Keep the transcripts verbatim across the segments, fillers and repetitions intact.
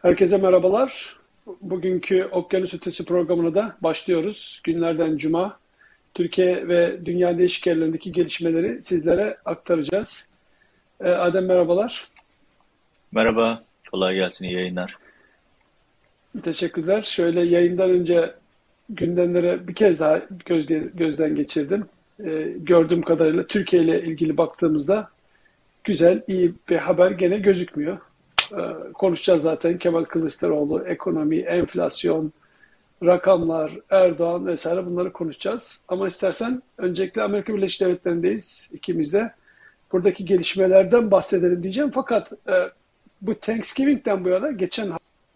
Herkese merhabalar. Bugünkü Okyanus Ötesi programına da başlıyoruz. Günlerden Cuma. Türkiye ve dünya değişik yerlerindeki gelişmeleri sizlere aktaracağız. Ee, Adem merhabalar. Merhaba, kolay gelsin, iyi yayınlar. Teşekkürler. Şöyle yayından önce gündemlere bir kez daha göz, gözden geçirdim. Ee, gördüğüm kadarıyla Türkiye ile ilgili baktığımızda güzel, iyi bir haber gene gözükmüyor. Ee, konuşacağız zaten Kemal Kılıçdaroğlu, ekonomi, enflasyon, rakamlar, Erdoğan vesaire bunları konuşacağız. Ama istersen öncelikle Amerika Birleşik Devletleri'ndeyiz ikimiz de. Buradaki gelişmelerden bahsedelim diyeceğim. Fakat e, bu Thanksgiving'den bu yana geçen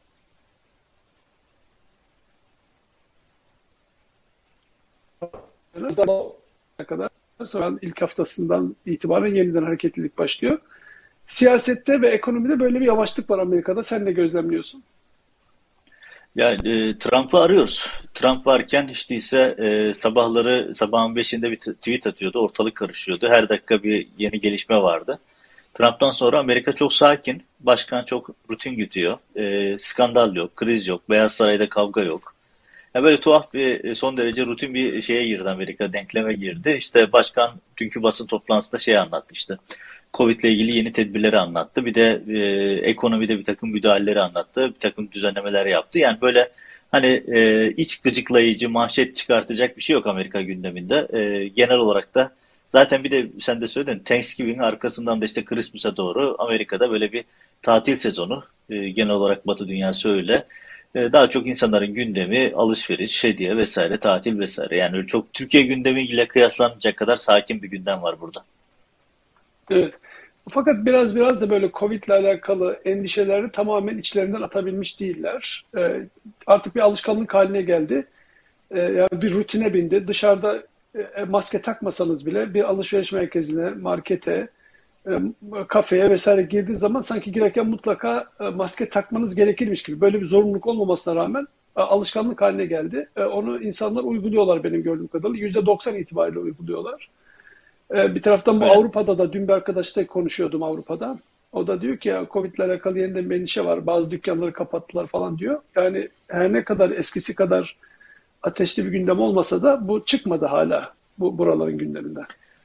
hafta kadar sonra ilk haftasından itibaren yeniden hareketlilik başlıyor. Siyasette ve ekonomide böyle bir yavaşlık var Amerika'da. Sen de gözlemliyorsun. Ya e, Trump'ı arıyoruz. Trump varken hiç değilse e, sabahları sabahın beşinde bir t- tweet atıyordu, ortalık karışıyordu. Her dakika bir yeni gelişme vardı. Trump'tan sonra Amerika çok sakin, başkan çok rutin gidiyor. E, skandal yok, kriz yok, Beyaz Saray'da kavga yok. Ya böyle tuhaf bir e, son derece rutin bir şeye girdi Amerika, denkleme girdi. İşte başkan dünkü basın toplantısında şey anlattı işte. Covid ile ilgili yeni tedbirleri anlattı. Bir de e, ekonomide bir takım müdahaleleri anlattı. Bir takım düzenlemeler yaptı. Yani böyle hani e, iç gıcıklayıcı, manşet çıkartacak bir şey yok Amerika gündeminde. E, genel olarak da zaten bir de sen de söyledin Thanksgiving arkasından da işte Christmas'a doğru Amerika'da böyle bir tatil sezonu. E, genel olarak Batı dünyası öyle. E, Daha çok insanların gündemi alışveriş, hediye vesaire, tatil vesaire. Yani öyle çok Türkiye gündemiyle kıyaslanmayacak kadar sakin bir gündem var burada. Evet. Fakat biraz biraz da böyle Covid ile alakalı endişeleri tamamen içlerinden atabilmiş değiller. Ee, artık bir alışkanlık haline geldi. Ee, yani bir rutine bindi. Dışarıda e, maske takmasanız bile bir alışveriş merkezine, markete, e, kafeye vesaire girdiği zaman sanki girerken mutlaka e, maske takmanız gerekirmiş gibi. Böyle bir zorunluluk olmamasına rağmen e, alışkanlık haline geldi. E, onu insanlar uyguluyorlar benim gördüğüm kadarıyla. yüzde doksan itibariyle uyguluyorlar. Ee, Bir taraftan bu Öyle. Avrupa'da da dün bir arkadaşla konuşuyordum Avrupa'da. O da diyor ki ya Covid ile alakalı yeniden bir endişe var. Bazı dükkanları kapattılar falan diyor. Yani her ne kadar eskisi kadar ateşli bir gündem olmasa da bu çıkmadı hala bu buraların gündeminden.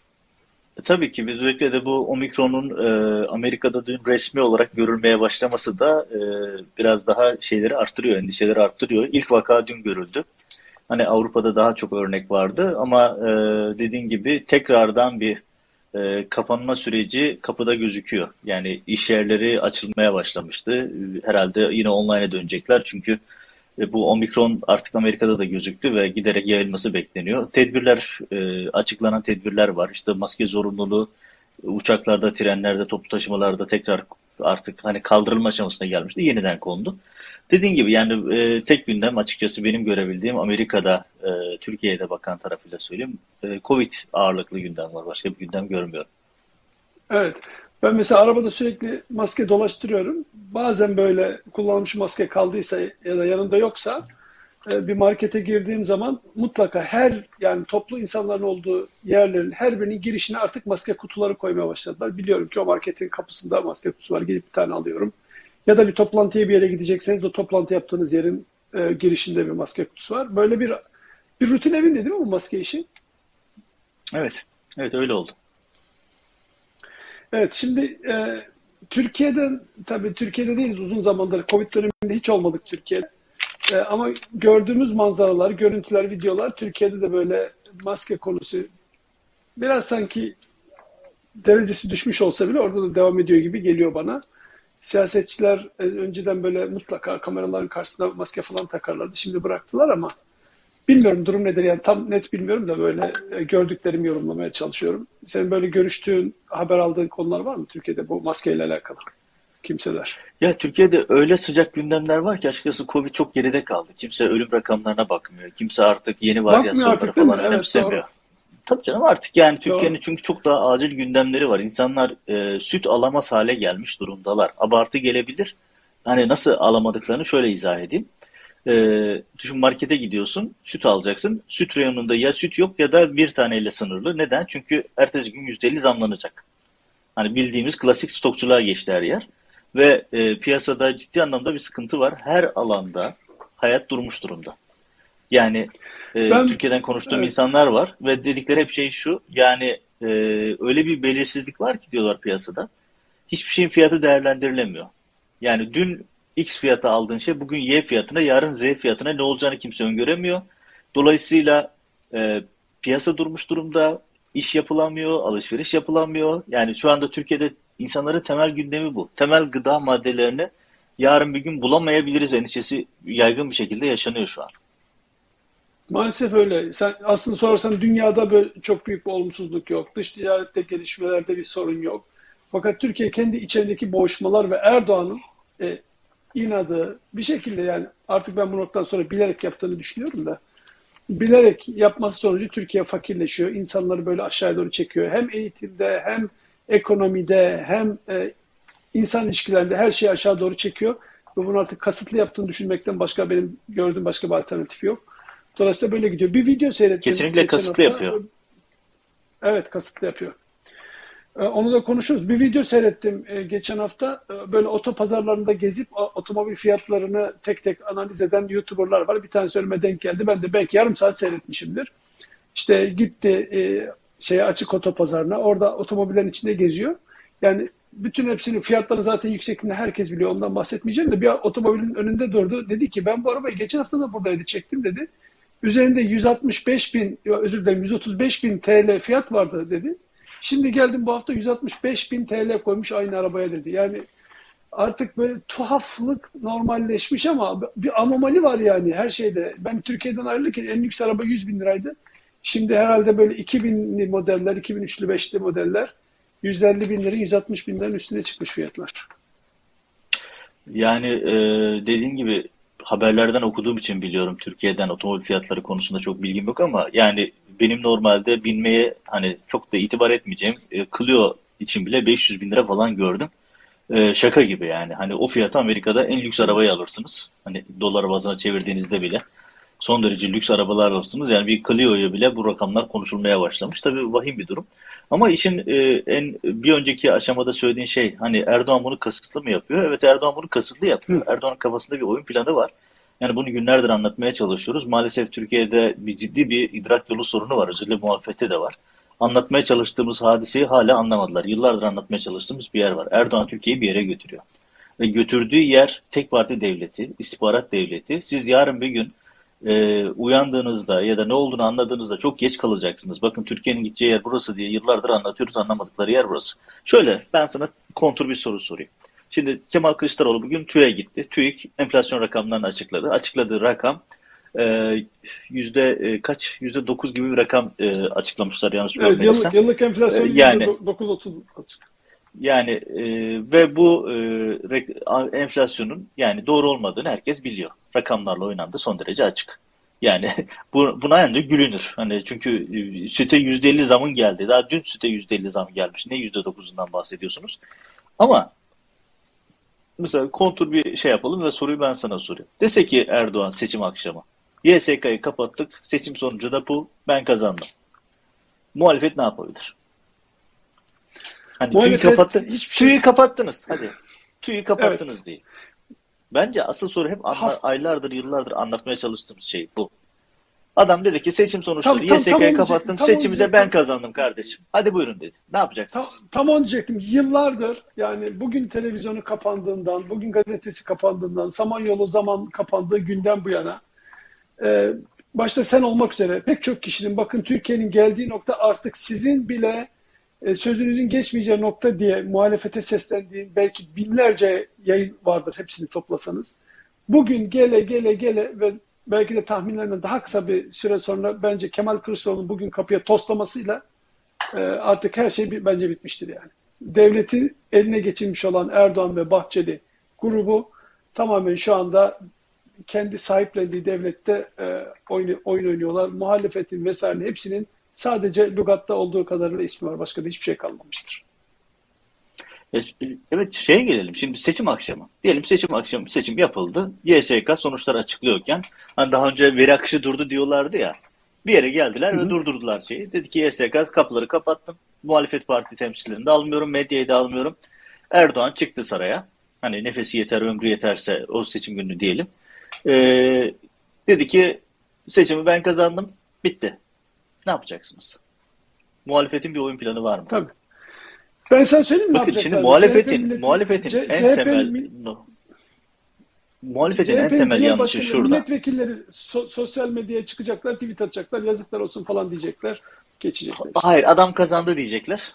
E, Tabii ki biz özellikle de bu omikronun e, Amerika'da dün resmi olarak görülmeye başlaması da e, biraz daha şeyleri arttırıyor, endişeleri arttırıyor. İlk vaka dün görüldü. Hani Avrupa'da daha çok örnek vardı ama e, dediğin gibi tekrardan bir e, kapanma süreci kapıda gözüküyor. Yani iş yerleri açılmaya başlamıştı. Herhalde yine online'a dönecekler çünkü e, bu omikron artık Amerika'da da gözüktü ve giderek yayılması bekleniyor. Tedbirler, e, açıklanan tedbirler var. İşte maske zorunluluğu uçaklarda, trenlerde, toplu taşımalarda tekrar artık hani kaldırılma aşamasına gelmişti. Yeniden kondu. Dediğin gibi yani e, tek gündem açıkçası benim görebildiğim Amerika'da, e, Türkiye'de bakan tarafıyla söyleyeyim. E, Covid ağırlıklı gündem var. Başka bir gündem görmüyorum. Evet. Ben mesela arabada sürekli maske dolaştırıyorum. Bazen böyle kullanılmış maske kaldıysa ya da yanında yoksa e, bir markete girdiğim zaman mutlaka her yani toplu insanların olduğu yerlerin her birinin girişine artık maske kutuları koymaya başladılar. Biliyorum ki o marketin kapısında maske kutusu var. Gidip bir tane alıyorum. Ya da bir toplantıya bir yere gidecekseniz o toplantı yaptığınız yerin e, girişinde bir maske kutusu var. Böyle bir bir rutin evinde değil mi bu maske işi? Evet, evet öyle oldu. Evet, şimdi e, Türkiye'den tabii Türkiye'de değiliz uzun zamandır. Covid döneminde hiç olmadık Türkiye'de. E, ama gördüğümüz manzaralar, görüntüler, videolar Türkiye'de de böyle maske konusu biraz sanki derecesi düşmüş olsa bile orada da devam ediyor gibi geliyor bana. Siyasetçiler e, önceden böyle mutlaka kameraların karşısında maske falan takarlardı. Şimdi bıraktılar ama bilmiyorum durum nedir yani tam net bilmiyorum da böyle e, gördüklerimi yorumlamaya çalışıyorum. Senin böyle görüştüğün, haber aldığın konular var mı Türkiye'de bu maskeyle alakalı? Kimseler. Ya Türkiye'de öyle sıcak gündemler var ki açıkçası Covid çok geride kaldı. Kimse ölüm rakamlarına bakmıyor. Kimse artık yeni Bakmıyor varyasyonları artık değil mi? falan Evet önemsemiyor. doğru. Tabii canım artık yani Doğru. Türkiye'nin çünkü çok daha acil gündemleri var. İnsanlar e, süt alamaz hale gelmiş durumdalar. Abartı gelebilir. Hani nasıl alamadıklarını şöyle izah edeyim. E, Düşün markete gidiyorsun, süt alacaksın. Süt reyonunda ya süt yok ya da bir taneyle sınırlı. Neden? Çünkü ertesi gün yüzde elli zamlanacak. Hani bildiğimiz klasik stokçuluğa geçti her yer. Ve e, piyasada ciddi anlamda bir sıkıntı var. Her alanda hayat durmuş durumda. Yani e, Ben Türkiye'den konuştuğum evet, insanlar var ve dedikleri hep şey şu. Yani e, öyle bir belirsizlik var ki diyorlar piyasada. Hiçbir şeyin fiyatı değerlendirilemiyor. Yani dün X fiyata aldığın şey bugün Y fiyatına, yarın Z fiyatına ne olacağını kimse öngöremiyor. Dolayısıyla e, piyasa durmuş durumda, iş yapılamıyor, alışveriş yapılamıyor. Yani şu anda Türkiye'de insanların temel gündemi bu. Temel gıda maddelerini yarın bir gün bulamayabiliriz endişesi yaygın bir şekilde yaşanıyor şu an. maalesef öyle. Sen aslında sorarsan dünyada böyle çok büyük bir olumsuzluk yok. Dış ticarette gelişmelerde bir sorun yok. Fakat Türkiye kendi içindeki boğuşmalar ve Erdoğan'ın e, inadı bir şekilde, yani artık ben bu noktadan sonra bilerek yaptığını düşünüyorum da, bilerek yapması sonucu Türkiye fakirleşiyor. İnsanları böyle aşağıya doğru çekiyor. Hem eğitimde hem ekonomide hem e, insan ilişkilerinde her şeyi aşağı doğru çekiyor. Ve bunu artık kasıtlı yaptığını düşünmekten başka benim gördüğüm başka bir alternatif yok. Dolayısıyla böyle gidiyor. Bir video seyrettim Kesinlikle geçen kasıtlı hafta. yapıyor. Evet, kasıtlı yapıyor. Ee, Onu da konuşuruz. Bir video seyrettim e, geçen hafta. Ee, Böyle otopazarlarında gezip o- otomobil fiyatlarını tek tek analiz eden YouTuber'lar var. Bir tanesi önüme denk geldi. Ben de belki yarım saat seyretmişimdir. İşte gitti e, şeye, açık otopazarına. Orada otomobillerin içinde geziyor. Yani bütün hepsinin fiyatları zaten yüksekliğini herkes biliyor. Ondan bahsetmeyeceğim de bir otomobilin önünde durdu. Dedi ki ben bu arabayı geçen hafta da buradaydı çektim dedi. Üzerinde yüz altmış beş bin, özür dilerim yüz otuz beş bin T L fiyat vardı dedi. Şimdi geldim bu hafta yüz altmış beş bin T L koymuş aynı arabaya dedi. Yani artık böyle tuhaflık normalleşmiş ama bir anomali var yani her şeyde. Ben Türkiye'den ayrılırken en lüks araba yüz bin liraydı. Şimdi herhalde böyle iki binli modeller, iki bin üçlü beşli modeller yüz elli binlerin, yüz altmış binlerin üstüne çıkmış fiyatlar. Yani e, dediğin gibi haberlerden okuduğum için biliyorum Türkiye'den otomobil fiyatları konusunda çok bilgim yok ama yani benim normalde binmeye hani çok da itibar etmeyeceğim e, Clio için bile beş yüz bin lira falan gördüm. E, şaka gibi yani. Hani o fiyata Amerika'da en lüks arabayı alırsınız. Hani dolar bazına çevirdiğinizde bile son derece lüks arabalar alırsınız. Yani bir Clio'ya bile bu rakamlar konuşulmaya başlamış. Tabii vahim bir durum. Ama işin e, en bir önceki aşamada söylediğin şey hani Erdoğan bunu kasıtlı mı yapıyor? Evet, Erdoğan bunu kasıtlı yapıyor. Hı. Erdoğan'ın kafasında bir oyun planı var. Yani bunu günlerdir anlatmaya çalışıyoruz. Maalesef Türkiye'de bir ciddi bir idrak yolu sorunu var. Özellikle muhalefette de var. Anlatmaya çalıştığımız hadiseyi hala anlamadılar. Yıllardır anlatmaya çalıştığımız bir yer var. Erdoğan Türkiye'yi bir yere götürüyor. Ve götürdüğü yer tek parti devleti, istihbarat devleti. Siz yarın bir gün e, uyandığınızda ya da ne olduğunu anladığınızda çok geç kalacaksınız. Bakın Türkiye'nin gideceği yer burası diye yıllardır anlatıyoruz, anlamadıkları yer burası. Şöyle ben sana kontur bir soru sorayım. Şimdi Kemal Kılıçdaroğlu bugün TÜİK'e gitti. TÜİK enflasyon rakamlarını açıkladı. Açıkladığı rakam e, yüzde e, kaç? Yüzde dokuz gibi bir rakam e, açıklamışlar yanlış Evet, yıllık görmediysem. yıllık E, enflasyon yüzde yani dokuz otuz açık. yani e, ve bu e, re- a- enflasyonun yani doğru olmadığını herkes biliyor. Rakamlarla oynandı son derece açık. Yani bu, buna yani de gülünür. Hani çünkü e, süte yüzde elli zamın geldi. Daha dün süte yüzde elli zam gelmiş. Ne yüzde dokuzundan bahsediyorsunuz? Ama mesela kontur bir şey yapalım ve soruyu ben sana sorayım. Dese ki Erdoğan seçim akşamı Y S K'yı kapattık. Seçim sonucu da bu. Ben kazandım. Muhalefet ne yapabilir? Hani TÜİ Muhalefet kapattı. hiçbir şey. TÜİ kapattınız. Hadi. TÜİ Evet. kapattınız diye. Bence asıl soru hep anla, Haf, aylardır, yıllardır anlatmaya çalıştığımız şey bu. Adam dedi ki seçim sonuçları tam tam tam Y S K'yı onu kapattım. tam onu Seçimi de ben diyecektim. kazandım kardeşim. Hadi buyurun dedi. Ne Tam, yapacaksınız? tam onu diyecektim. Yıllardır, yani bugün televizyonu kapandığından, bugün gazetesi kapandığından, Samanyolu zaman kapandığı günden bu yana e, başta sen olmak üzere pek çok kişinin, bakın Türkiye'nin geldiği nokta artık sizin bile e, sözünüzün geçmeyeceği nokta diye muhalefete seslendiğin belki binlerce yayın vardır, hepsini toplasanız. Bugün gele gele gele ve belki de tahminlerinden daha kısa bir süre sonra bence Kemal Kılıçdaroğlu'nun bugün kapıya toslamasıyla e, artık her şey bence bitmiştir yani. Devletin eline geçirmiş olan Erdoğan ve Bahçeli grubu tamamen şu anda kendi sahiplendiği devlette e, oyun, oyun oynuyorlar. Muhalefetin vesaire hepsinin sadece lügatta olduğu kadarıyla ismi var. Başka da hiçbir şey kalmamıştır. E, Evet, şeye gelelim. Şimdi seçim akşamı. Diyelim seçim akşamı seçim yapıldı. Y S K sonuçları açıklıyorken hani daha önce veri akışı durdu diyorlardı ya. Bir yere geldiler Hı ve hı. durdurdular şeyi. Dedi ki Y S K kapıları kapattım. Muhalefet parti temsilcilerini de almıyorum. Medyayı da almıyorum. Erdoğan çıktı saraya. Hani nefesi yeter, ömrü yeterse o seçim günü diyelim. Ee, dedi ki seçimi ben kazandım, bitti. Ne yapacaksınız? Muhalefetin bir oyun planı var mı? Tabii. Ben sana söyleyeyim mi ne Bakın şimdi yapacaklar? muhalefetin muhalefetin en C H P temel no, muhalefetin en C H P'nin temel genel yanlışı başkanı, şurada. milletvekilleri so- sosyal medyaya çıkacaklar, tweet atacaklar, yazıklar olsun falan diyecekler, geçecekler işte. Hayır, adam kazandı diyecekler.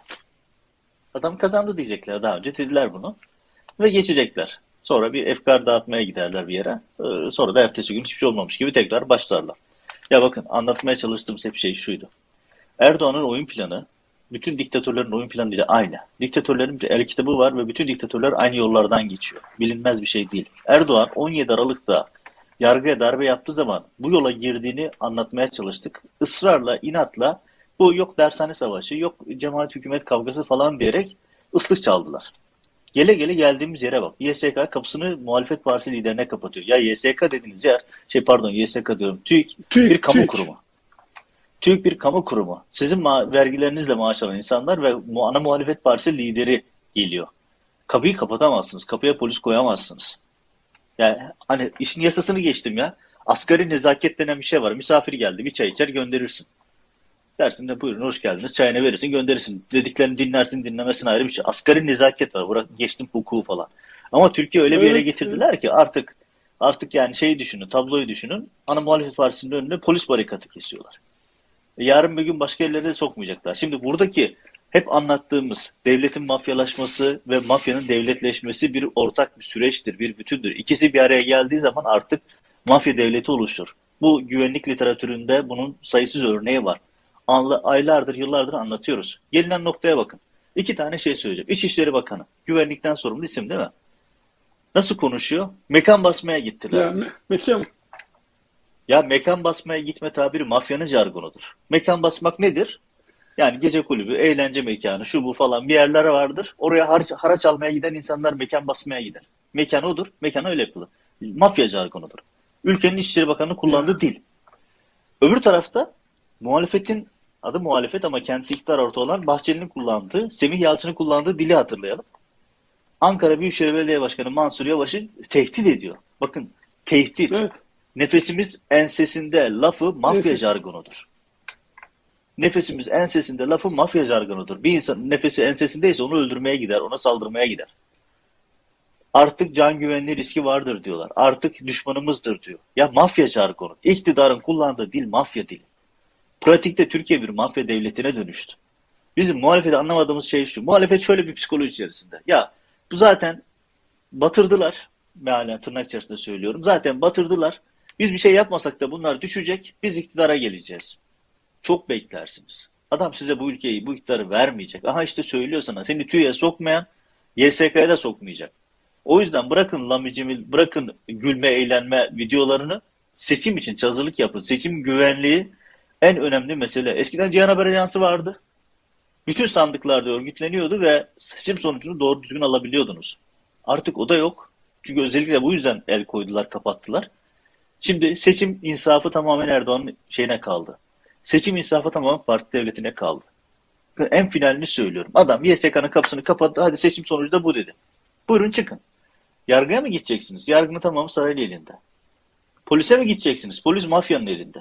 Adam kazandı diyecekler. Daha önce dediler bunu. Ve geçecekler. Sonra bir efkar dağıtmaya giderler bir yere. Ee, Sonra da ertesi gün hiçbir şey olmamış gibi tekrar başlarlar. Ya bakın, anlatmaya çalıştığımız hep şey şuydu. Erdoğan'ın oyun planı bütün diktatörlerin oyun planıyla aynı. Diktatörlerin bir el kitabı var ve bütün diktatörler aynı yollardan geçiyor. Bilinmez bir şey değil. Erdoğan on yedi Aralık'ta yargıya darbe yaptığı zaman bu yola girdiğini anlatmaya çalıştık. Israrla, inatla bu yok dershane savaşı, yok cemaat hükümet kavgası falan diyerek ıslık çaldılar. Gele gele geldiğimiz yere bak. Y S K kapısını muhalefet partisi liderine kapatıyor. Ya Y S K dediğiniz yer, şey pardon Y S K diyorum, TÜİK TÜİK, bir kamu TÜİK. kurumu. TÜİK bir kamu kurumu. Sizin ma- vergilerinizle maaş alan insanlar ve mu- ana muhalefet partisi lideri geliyor. Kapıyı kapatamazsınız. Kapıya polis koyamazsınız. Yani hani işin yasasını geçtim ya. Asgari nezaket denen bir şey var. Misafir geldi, bir çay içer gönderirsin. Dersin de buyurun hoş geldiniz. Çayını verirsin gönderirsin. Dediklerini dinlersin, dinlemesin ayrı bir şey. Asgari nezaket var. Bırak geçtim hukuku falan. Ama Türkiye öyle bir yere Evet, getirdiler ki artık artık yani şeyi düşünün, tabloyu düşünün. Ana muhalefet partisinin önüne polis barikatı kesiyorlar. E, Yarın bir gün başka yerlere de sokmayacaklar. Şimdi buradaki hep anlattığımız devletin mafyalaşması ve mafyanın devletleşmesi bir ortak bir süreçtir, bir bütündür. İkisi bir araya geldiği zaman artık mafya devleti oluşur. Bu güvenlik literatüründe bunun sayısız örneği var. Anla, aylardır, yıllardır anlatıyoruz. Gelinen noktaya bakın. İki tane şey söyleyeceğim. İçişleri Bakanı, güvenlikten sorumlu isim değil mi? Nasıl konuşuyor? Mekan basmaya gittiler yani diyor. mekan. Ya mekan basmaya gitme tabiri mafyanın jargonudur. Mekan basmak nedir? Yani gece kulübü, eğlence mekanı, şu bu falan bir yerler vardır. Oraya haraç, haraç almaya giden insanlar mekan basmaya gider. Mekan odur, mekan öyle yapılır. Mafya jargonudur. Ülkenin İçişleri Bakanı'nın kullandığı dil. Öbür tarafta muhalefetin, adı muhalefet ama kendisi iktidar ortağı olan Bahçeli'nin kullandığı, Semih Yalçın'ın kullandığı dili hatırlayalım. Ankara Büyükşehir Belediye Başkanı Mansur Yavaş'ı tehdit ediyor. Bakın, tehdit. Evet. Nefesimiz ensesinde lafı mafya Nefes. jargonudur. Nefesimiz ensesinde lafı mafya jargonudur. Bir insanın nefesi ensesindeyse onu öldürmeye gider, ona saldırmaya gider. Artık can güvenliği riski vardır diyorlar. Artık düşmanımızdır diyor. Ya mafya jargonu. İktidarın kullandığı dil mafya dili. Pratikte Türkiye bir mafya devletine dönüştü. Bizim muhalefeti anlamadığımız şey şu. Muhalefet şöyle bir psikoloji içerisinde. Ya bu zaten batırdılar. Mealen tırnak içerisinde söylüyorum. Zaten batırdılar. Biz bir şey yapmasak da bunlar düşecek. Biz iktidara geleceğiz. Çok beklersiniz. Adam size bu ülkeyi, bu iktidarı vermeyecek. Aha işte söylüyor sana. Seni TÜİ'ye sokmayan Y S K'ya da sokmayacak. O yüzden bırakın lamicimi, bırakın gülme, eğlenme videolarını, seçim için hazırlık yapın. Seçim güvenliği en önemli mesele. Eskiden Cihan Haber Ajansı vardı. Bütün sandıklarda örgütleniyordu ve seçim sonucunu doğru düzgün alabiliyordunuz. Artık o da yok. Çünkü özellikle bu yüzden el koydular, kapattılar. Şimdi seçim insafı tamamen Erdoğan'ın şeyine kaldı. Seçim insafı tamamen parti devletine kaldı. En finalini söylüyorum. Adam Y S K'nın kapısını kapattı. Hadi seçim sonucu da bu dedi. Buyurun çıkın. Yargıya mı gideceksiniz? Yargının tamamı saraylı elinde. Polise mi gideceksiniz? Polis mafyanın elinde.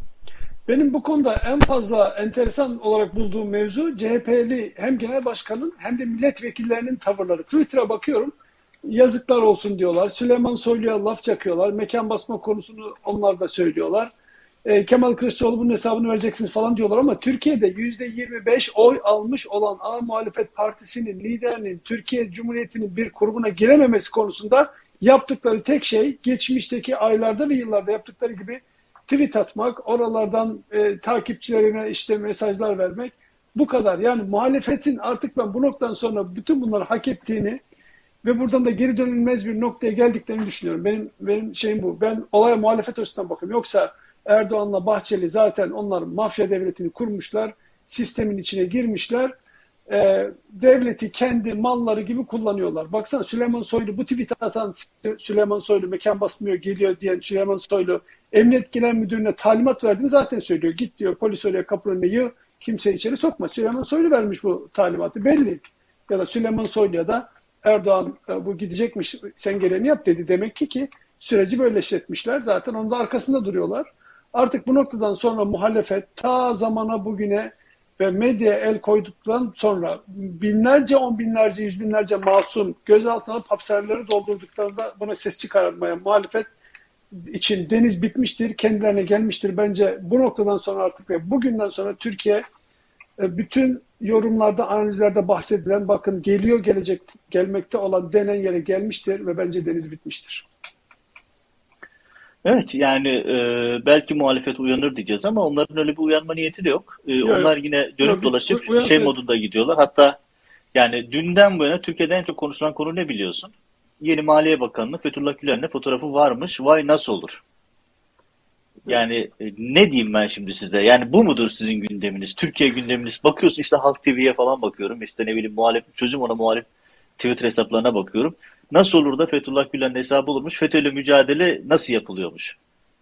Benim bu konuda en fazla enteresan olarak bulduğum mevzu C H P'li hem genel başkanın hem de milletvekillerinin tavırları. Twitter'a bakıyorum, yazıklar olsun diyorlar. Süleyman Soylu'ya laf çakıyorlar. Mekan basma konusunu onlar da söylüyorlar. E, Kemal Kılıçdaroğlu bunun hesabını vereceksiniz falan diyorlar ama Türkiye'de yüzde yirmi beş oy almış olan ana muhalefet partisinin liderinin Türkiye Cumhuriyeti'nin bir kurumuna girememesi konusunda yaptıkları tek şey geçmişteki aylarda ve yıllarda yaptıkları gibi tweet atmak, oralardan e, takipçilerine işte mesajlar vermek, bu kadar. Yani muhalefetin artık ben bu noktadan sonra bütün bunları hak ettiğini ve buradan da geri dönülmez bir noktaya geldiklerini düşünüyorum. Benim benim şeyim bu. Ben olaya muhalefet açısından bakıyorum. Yoksa Erdoğan'la Bahçeli zaten onlar mafya devletini kurmuşlar, sistemin içine girmişler. Ee, devleti kendi malları gibi kullanıyorlar. Baksana Süleyman Soylu, bu tweet atan Süleyman Soylu, mekan basmıyor geliyor diyen Süleyman Soylu Emniyet Genel Müdürlüğü'ne talimat verdiğini zaten söylüyor. Git diyor, polis oraya kapının önüne yığ, kimseyi içeri sokma. Süleyman Soylu vermiş bu talimatı belli. Ya da Süleyman Soylu'ya da Erdoğan e, bu gidecekmiş, sen geleni yap dedi. Demek ki ki süreci böyle işletmişler. Zaten onun da arkasında duruyorlar. Artık bu noktadan sonra muhalefet ta zamana bugüne ve medyaya el koyduktan sonra binlerce, on binlerce, yüz binlerce masum gözaltına alıp hapishaneleri doldurduklarında buna ses çıkarmaya muhalefet için deniz bitmiştir, kendilerine gelmiştir. Bence bu noktadan sonra artık ve bugünden sonra Türkiye bütün yorumlarda, analizlerde bahsedilen bakın geliyor, gelecek, gelmekte olan denen yere gelmiştir ve bence deniz bitmiştir. Evet yani e, belki muhalefet uyanır diyeceğiz ama onların öyle bir uyanma niyeti de yok. E, yok onlar yine dönüp yok, dolaşıp uyansın. Şey modunda gidiyorlar. Hatta yani dünden bu yana Türkiye'de en çok konuşulan konu ne biliyorsun? Yeni Maliye Bakanı'nın Fethullah Gülen'le fotoğrafı varmış. Vay nasıl olur? Yani e, ne diyeyim ben şimdi size? Yani bu mudur sizin gündeminiz? Türkiye gündeminiz. Bakıyorsun işte Halk T V'ye falan bakıyorum. İşte ne bileyim muhalif, sözüm ona muhalif Twitter hesaplarına bakıyorum. Nasıl olur da Fethullah Gülen'le hesabı olurmuş? FETÖ'yle mücadele nasıl yapılıyormuş?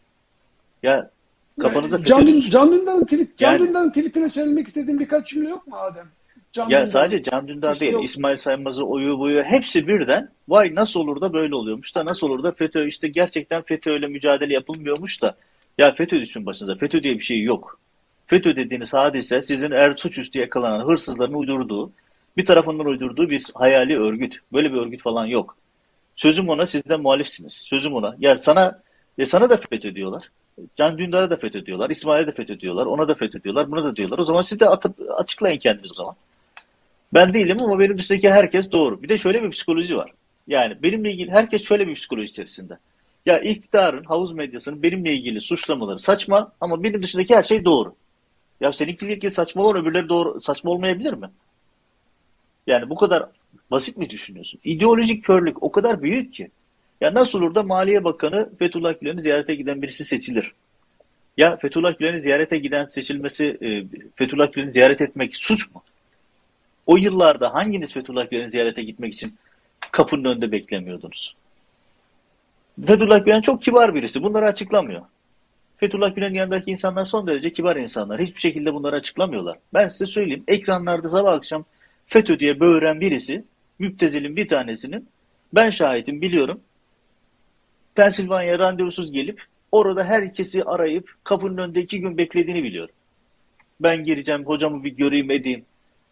Ya kafanıza Can, FETÖ'nün... Can Dündar'ın tweet, Can yani, Dündar'ın tweetine söylemek istediğin birkaç cümle yok mu Adem? Can ya Dündar. sadece Can Dündar işte değil, yok. İsmail Saymaz'ı, oyu buyu hepsi birden vay nasıl olur da böyle oluyormuş da nasıl olur da FETÖ işte gerçekten FETÖ'yle mücadele yapılmıyormuş da ya FETÖ düşün başınıza. FETÖ diye bir şey yok. FETÖ dediğiniz hadise sizin eğer suçüstü yakalanan hırsızların uydurduğu, bir tarafından uydurduğu bir hayali örgüt. Böyle bir örgüt falan yok. Sözüm ona siz de muhalifsiniz. Sözüm ona. Ya sana ya sana da FETÖ diyorlar. Can Dündar'a da FETÖ diyorlar. İsmail'e de FETÖ diyorlar. Ona da FETÖ diyorlar. Buna da diyorlar. O zaman siz de atıp açıklayın kendiniz o zaman. Ben değilim ama benim dışındaki herkes doğru. Bir de şöyle bir psikoloji var. Yani benimle ilgili herkes şöyle bir psikoloji içerisinde. Ya iktidarın, havuz medyasının benimle ilgili suçlamaları saçma ama benim dışındaki her şey doğru. Ya seninkiyle ilgili saçma olan öbürleri doğru, saçma olmayabilir mi? Yani bu kadar basit mi düşünüyorsun? İdeolojik körlük o kadar büyük ki. Ya nasıl olur da Maliye Bakanı Fethullah Gülen'i ziyarete giden birisi seçilir? Ya Fethullah Gülen'i ziyarete giden seçilmesi, e, Fethullah Gülen'i ziyaret etmek suç mu? O yıllarda hanginiz Fethullah Gülen'i ziyarete gitmek için kapının önünde beklemiyordunuz? Fethullah Gülen çok kibar birisi. Bunları açıklamıyor. Fethullah Gülen'in yanındaki insanlar son derece kibar insanlar. Hiçbir şekilde bunları açıklamıyorlar. Ben size söyleyeyim. Ekranlarda sabah akşam FETÖ diye böğüren birisi, müptezelin bir tanesinin, ben şahitim biliyorum, Pensilvanya randevusuz gelip orada herkesi arayıp kapının önünde iki gün beklediğini biliyorum. Ben gireceğim, hocamı bir göreyim edeyim.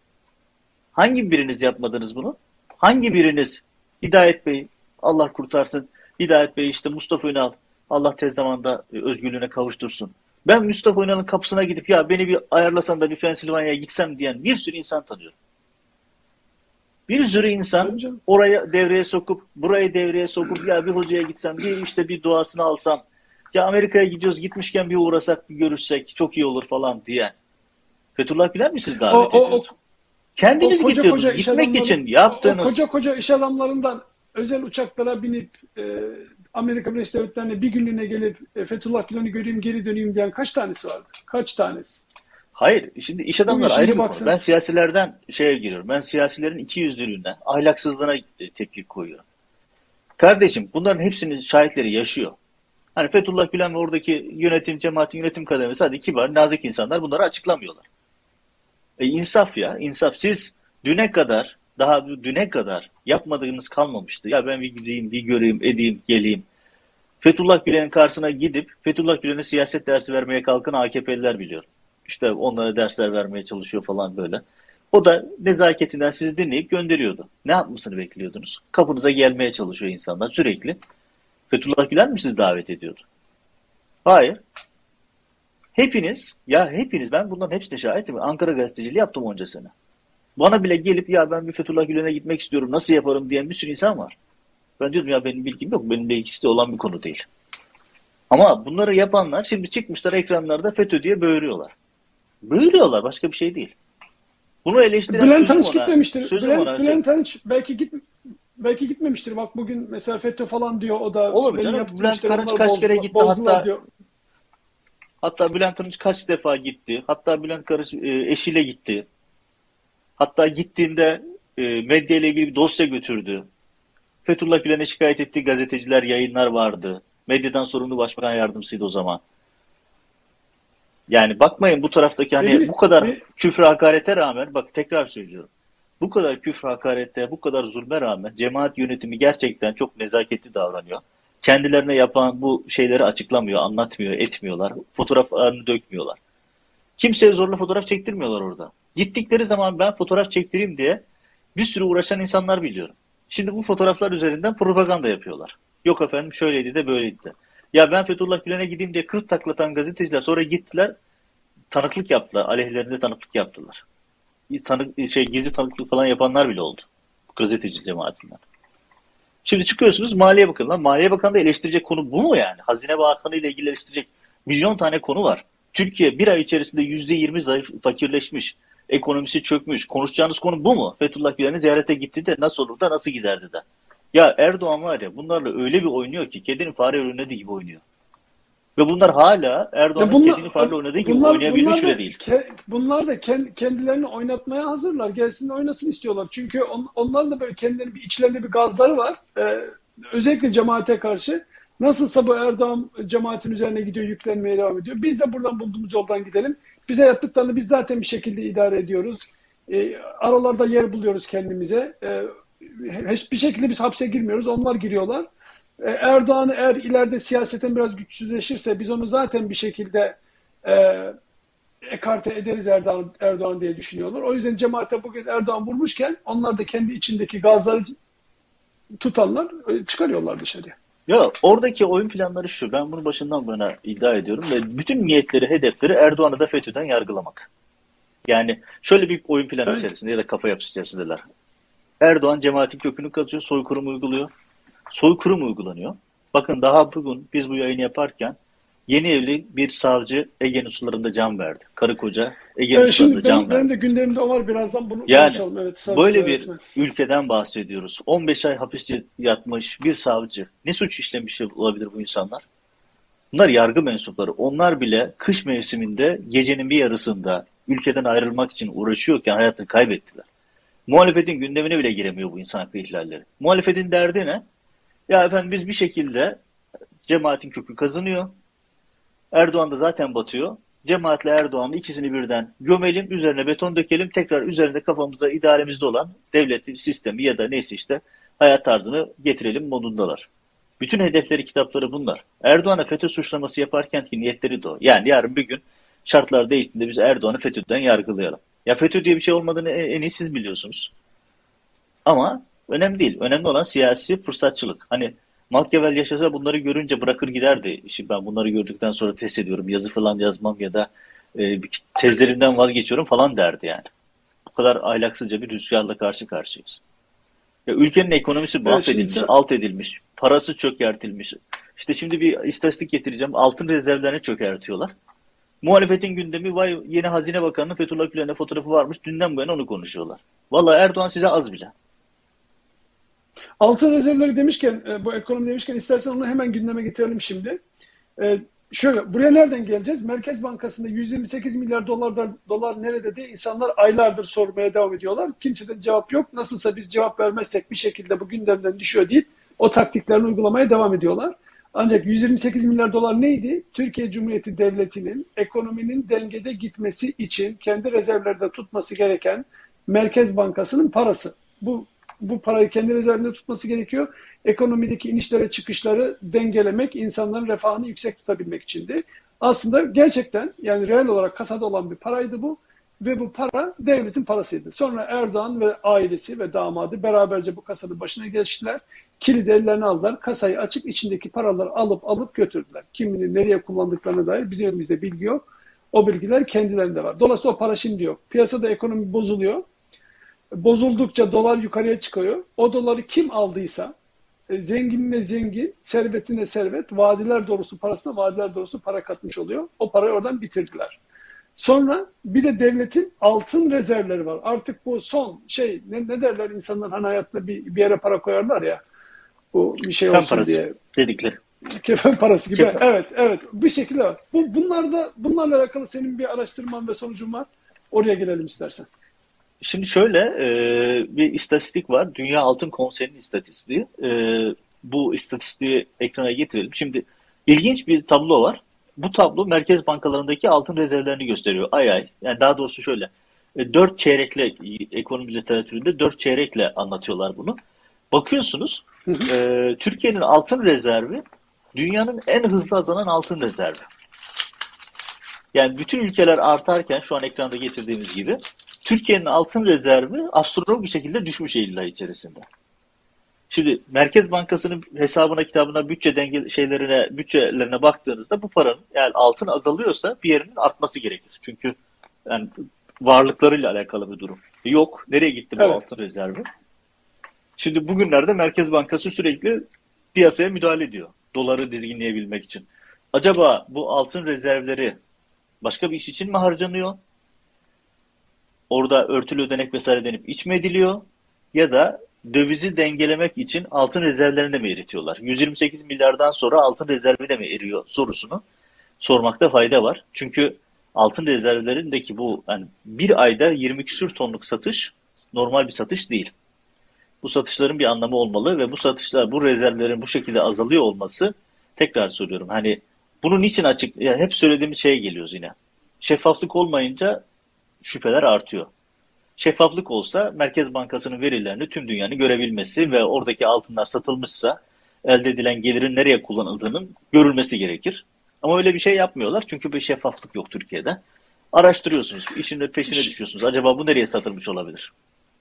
Hangi biriniz yapmadınız bunu? Hangi biriniz Hidayet Bey, Allah kurtarsın, Hidayet Bey işte Mustafa Ünal, Allah tez zamanda özgürlüğüne kavuştursun. Ben Mustafa Ünal'ın kapısına gidip ya beni bir ayarlasan da bir Pensilvanya'ya gitsem diyen bir sürü insan tanıyorum. Bir sürü insan oraya devreye sokup, burayı devreye sokup ya bir hocaya gitsem, bir işte bir duasını alsam, ya Amerika'ya gidiyoruz gitmişken bir uğrasak, bir görüşsek çok iyi olur falan diye. Fethullah Gülen mi siz davet o, o, ediyordu? Kendiniz o, gidiyordunuz. Koca Gitmek için yaptığınız... O koca koca iş adamlarından özel uçaklara binip e, Amerika Birleşik Devletleri'ne bir günlüğüne gelip e, Fethullah Gülen'i göreyim geri döneyim diyen kaç tanesi vardı? Kaç tanesi? Hayır. Şimdi iş adamları ayrı bir konu. Ben siyasilerden şeye giriyorum. Ben siyasilerin ikiyüzlülüğüne, ahlaksızlığına tepki koyuyorum. Kardeşim bunların hepsinin şahitleri yaşıyor. Hani Fethullah Gülen ve oradaki yönetim, cemaatin yönetim kademesi hadi kibar, nazik insanlar bunları açıklamıyorlar. E insaf ya, insaf. Siz düne kadar, daha düne kadar yapmadığınız kalmamıştı. Ya ben bir gideyim, bir göreyim, edeyim, geleyim. Fethullah Gülen'in karşısına gidip Fethullah Gülen'e siyaset dersi vermeye kalkan A K P'liler biliyorum. İşte onlara dersler vermeye çalışıyor falan böyle. O da nezaketinden sizi dinleyip gönderiyordu. Ne yapmasını bekliyordunuz? Kapınıza gelmeye çalışıyor insanlar sürekli. Fethullah Gülen mi sizi davet ediyordu? Hayır. Hepiniz, ya hepiniz, ben bunların hepsine şahitim. Ankara gazeteciliği yaptım onca sene. Bana bile gelip ya ben bir Fethullah Gülen'e gitmek istiyorum, nasıl yaparım diyen bir sürü insan var. Ben diyorum ya benim bilgim yok, benimle ilgisi de olan bir konu değil. Ama bunları yapanlar şimdi çıkmışlar ekranlarda FETÖ diye böğürüyorlar. Böğürüyorlar, başka bir şey değil. Bunu eleştiren Bülent sözüm Arınç ona. gitmemiştir. Sözüm Bülent, ona. Bülent Arınç belki git belki gitmemiştir. Bak bugün mesela FETÖ falan diyor o da. Olur mu canım? Bülent Arınç kaç kere gitti hatta. Diyor. Hatta Bülent Arınç kaç defa gitti. Hatta Bülent Arınç eşiyle gitti. Hatta gittiğinde medya ile ilgili bir dosya götürdü. Fethullah Gülen'e şikayet ettiği gazeteciler, yayınlar vardı. Medyadan sorumlu başbakan yardımcısıydı o zaman. Yani bakmayın bu taraftaki hani bu kadar küfür hakarete rağmen, bak tekrar söylüyorum. Bu kadar küfür hakarette, bu kadar zulme rağmen cemaat yönetimi gerçekten çok nezaketli davranıyor. Kendilerine yapan bu şeyleri açıklamıyor, anlatmıyor, etmiyorlar. Fotoğraflarını dökmüyorlar. Kimseye zorla fotoğraf çektirmiyorlar orada. Gittikleri zaman ben fotoğraf çektireyim diye bir sürü uğraşan insanlar biliyorum. Şimdi bu fotoğraflar üzerinden propaganda yapıyorlar. Yok efendim şöyleydi de böyleydi de. Ya ben Fethullah Gülen'e gideyim diye kırk taklatan gazeteciler sonra gittiler tanıklık yaptılar. Aleyhlerinde tanıklık yaptılar. Tanık, şey, gizli tanıklık falan yapanlar bile oldu. Gazeteci cemaatinden. Şimdi çıkıyorsunuz Maliye Bakanı. Lan Maliye Bakanı da eleştirecek konu bu mu yani? Hazine Bakanı ile ilgili eleştirecek milyon tane konu var. Türkiye bir ay içerisinde yüzde yirmi zayıf, fakirleşmiş. Ekonomisi çökmüş. Konuşacağınız konu bu mu? Fethullah Gülen'i ziyarete gitti de nasıl olur da nasıl giderdi de. Ya Erdoğan var ya bunlarla öyle bir oynuyor ki kedinin fare oynadığı gibi oynuyor. Ve bunlar hala Erdoğan'ın bunlar, kedini farla oynadığı gibi bunlar, oynayabilmiş bunlar bile değil. Ke, bunlar da kendilerini oynatmaya hazırlar. Gelsin oynasın istiyorlar. Çünkü on, onlar da böyle kendilerinin bir içlerinde bir gazları var. Ee, özellikle cemaate karşı. Nasılsa bu Erdoğan cemaatin üzerine gidiyor, yüklenmeye devam ediyor. Biz de buradan bulduğumuz yoldan gidelim. Bize yaptıklarını biz zaten bir şekilde idare ediyoruz. Ee, aralarda yer buluyoruz kendimize. Ee, bir şekilde biz hapse girmiyoruz. Onlar giriyorlar. Erdoğan eğer ileride siyaseten biraz güçsüzleşirse biz onu zaten bir şekilde e, ekarte ederiz Erdoğan, Erdoğan diye düşünüyorlar. O yüzden cemaate bugün Erdoğan vurmuşken onlar da kendi içindeki gazları tutanlar çıkarıyorlar dışarıya. Ya oradaki oyun planları şu. Ben bunu başından bana iddia ediyorum ve bütün niyetleri, hedefleri Erdoğan'ı da FETÖ'den yargılamak. Yani şöyle bir oyun planı evet. içerisinde ya da kafa yapısı içerisindeler. Erdoğan cemaatin kökünü kazıyor, soykırım uyguluyor. Soykırım uygulanıyor. Bakın daha bugün biz bu yayını yaparken yeni evli bir savcı Ege'nin sularında can verdi. Karı koca Ege'nin evet, sularında can benim, verdi. Benim de gündemimde o var birazdan bunu yani, konuşalım. Evet, böyle bir öğretmen. Ülkeden bahsediyoruz. on beş ay hapis yatmış bir savcı. Ne suç işlemiş olabilir bu insanlar? Bunlar yargı mensupları. Onlar bile kış mevsiminde gecenin bir yarısında ülkeden ayrılmak için uğraşıyorken hayatını kaybettiler. Muhalefetin gündemine bile giremiyor bu insan hakkı ihlalleri. Muhalefetin derdi ne? Ya efendim biz bir şekilde cemaatin kökü kazanıyor. Erdoğan da zaten batıyor. Cemaatle Erdoğan'ı ikisini birden gömelim, üzerine beton dökelim. Tekrar üzerinde kafamızda idaremizde olan devlet sistemi ya da neyse işte hayat tarzını getirelim modundalar. Bütün hedefleri, kitapları bunlar. Erdoğan'a FETÖ suçlaması yaparken ki niyetleri de o. Yani yarın bir gün şartlar değiştiğinde biz Erdoğan'ı FETÖ'den yargılayalım. Ya FETÖ diye bir şey olmadığını en iyi siz biliyorsunuz. Ama önemli değil. Önemli olan siyasi fırsatçılık. Hani Machiavelli yaşasa bunları görünce bırakır giderdi. Şimdi ben bunları gördükten sonra test ediyorum. Yazı falan yazmam ya da e, tezlerimden vazgeçiyorum falan derdi yani. Bu kadar ahlaksızca bir rüzgarla karşı karşıyayız. Ya ülkenin ekonomisi mahvedilmiş, evet, alt edilmiş, parası çökertilmiş. İşte şimdi bir istatistik getireceğim. Altın rezervlerini çökertiyorlar. Muhalefetin gündemi vay yeni Hazine Bakanı'nın Fethullah Gülen'e fotoğrafı varmış. Dünden bu yana onu konuşuyorlar. Vallahi Erdoğan size az bile. Altın rezervleri demişken, bu ekonomi demişken istersen onu hemen gündeme getirelim şimdi. Ee, şöyle, buraya nereden geleceğiz? Merkez Bankası'nda yüz yirmi sekiz milyar dolar, dolar nerede diye insanlar aylardır sormaya devam ediyorlar. Kimseden cevap yok. Nasılsa biz cevap vermezsek bir şekilde bu gündemden düşüyor deyip o taktiklerini uygulamaya devam ediyorlar. Ancak yüz yirmi sekiz milyar dolar neydi? Türkiye Cumhuriyeti Devleti'nin ekonominin dengede gitmesi için kendi rezervlerde tutması gereken Merkez Bankası'nın parası. Bu Bu parayı kendi rezervinde tutması gerekiyor. Ekonomideki inişlere çıkışları dengelemek, insanların refahını yüksek tutabilmek içindi. Aslında gerçekten yani reel olarak kasada olan bir paraydı bu ve bu para devletin parasıydı. Sonra Erdoğan ve ailesi ve damadı beraberce bu kasanın başına geçtiler. Kilidi ellerine aldılar. Kasayı açıp içindeki paraları alıp alıp götürdüler. Kimini nereye kullandıklarına dair bizim elimizde bilgi yok. O bilgiler kendilerinde var. Dolayısıyla o para şimdi yok. Piyasada ekonomi bozuluyor. Bozuldukça dolar yukarıya çıkıyor. O doları kim aldıysa e, zenginine zengin, servetine servet, vadiler doğrusu parasına vadiler doğrusu para katmış oluyor. O parayı oradan bitirdiler. Sonra bir de devletin altın rezervleri var. Artık bu son şey ne, ne derler insanlar hani hayatta bir, bir yere para koyarlar ya. Bu bir şey olsun parası diye. Dedikleri. Kefen parası gibi. Kefen. Evet, evet. Bir şekilde var. Bu, bunlar da, bunlarla alakalı senin bir araştırman ve sonucun var. Oraya gelelim istersen. Şimdi şöyle e, bir istatistik var. Dünya Altın Konseyi'nin istatistiği. E, bu istatistiği ekrana getirelim. Şimdi ilginç bir tablo var. Bu tablo merkez bankalarındaki altın rezervlerini gösteriyor ay ay. Yani daha doğrusu şöyle. e, dört çeyrekle, ekonomi literatüründe dört çeyrekle anlatıyorlar bunu. Bakıyorsunuz e, Türkiye'nin altın rezervi dünyanın en hızlı azalan altın rezervi. Yani bütün ülkeler artarken şu an ekranda getirdiğimiz gibi Türkiye'nin altın rezervi astronomik bir şekilde düşmüş Eylül ayı içerisinde. Şimdi Merkez Bankası'nın hesabına, kitabına, bütçe denge şeylerine, bütçelerine baktığınızda bu paranın, yani altın azalıyorsa bir yerinin artması gerekir. Çünkü yani varlıklarıyla alakalı bir durum. Yok. Nereye gitti bu Evet. altın rezervi? Şimdi bugünlerde Merkez Bankası sürekli piyasaya müdahale ediyor. Doları dizginleyebilmek için. Acaba bu altın rezervleri başka bir iş için mi harcanıyor? Orada örtülü ödenek vesaire denip iç mi ediliyor? Ya da dövizi dengelemek için altın rezervlerini de mi eritiyorlar? yüz yirmi sekiz milyardan sonra altın rezervi de mi eriyor sorusunu sormakta fayda var. Çünkü altın rezervlerindeki bu yani bir ayda yirmi küsür tonluk satış normal bir satış değil. Bu satışların bir anlamı olmalı ve bu satışlar, bu rezervlerin bu şekilde azalıyor olması, tekrar söylüyorum, hani bunun niçin açık, yani hep söylediğimiz şeye geliyoruz yine. Şeffaflık olmayınca şüpheler artıyor. Şeffaflık olsa Merkez Bankası'nın verilerini tüm dünyanın görebilmesi ve oradaki altınlar satılmışsa elde edilen gelirin nereye kullanıldığının görülmesi gerekir. Ama öyle bir şey yapmıyorlar çünkü bir şeffaflık yok Türkiye'de. Araştırıyorsunuz, işin peşine düşüyorsunuz. Acaba bu nereye satılmış olabilir?